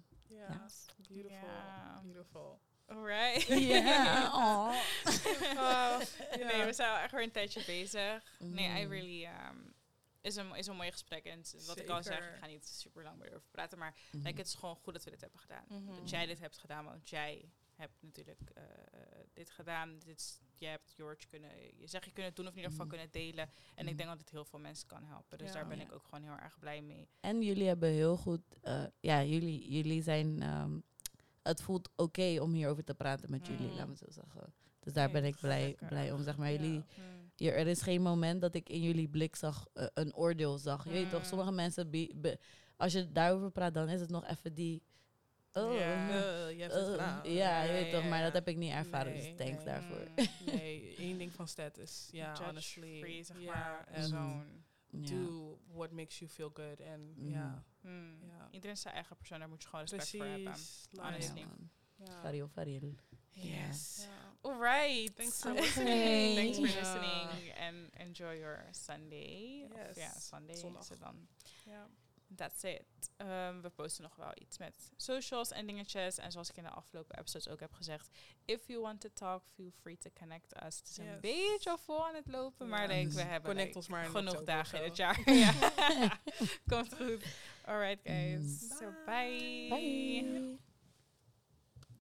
Beautiful. Alright. Nee, we zijn echt weer een tijdje bezig. Nee, I really is een mooi gesprek. En wat ik al zeg, ik ga niet super lang meer over praten. Maar het is gewoon goed dat we dit hebben gedaan. Dat jij dit hebt gedaan, want jij hebt natuurlijk dit gedaan. Je hebt George je kunnen doen of in ieder geval kunnen delen. En ik denk dat het heel veel mensen kan helpen. Dus daar ben ik ook gewoon heel erg blij mee. En jullie hebben heel goed, jullie zijn, het voelt oké om hierover te praten met jullie, laat me zo zeggen. Dus daar ben ik blij om, zeg maar. Er is geen moment dat ik in jullie blik zag, een oordeel zag. Je weet toch, sommige mensen, als je daarover praat, dan is het nog even oh. Je hebt het gedaan. Ja, je weet toch, maar dat heb ik niet ervaren, dus thanks daarvoor. Nee, één ding van status. Ja, Judge honestly. free, zeg maar. Zo'n... Do what makes you feel good. En iedereen zijn eigen persoon, daar moet je gewoon respect voor hebben. Honestly. Faril. Yes. All right. Thanks for listening. Thanks for listening. And enjoy your Sunday. Yes. Sunday Zondag. is het dan. That's it. We posten nog wel iets met socials en dingetjes. En zoals ik in de afgelopen episodes ook heb gezegd, if you want to talk, feel free to connect us. Het is een beetje vol aan het lopen, maar we hebben ons maar genoeg dagen in het jaar. Komt goed. All right, guys. So bye. Bye.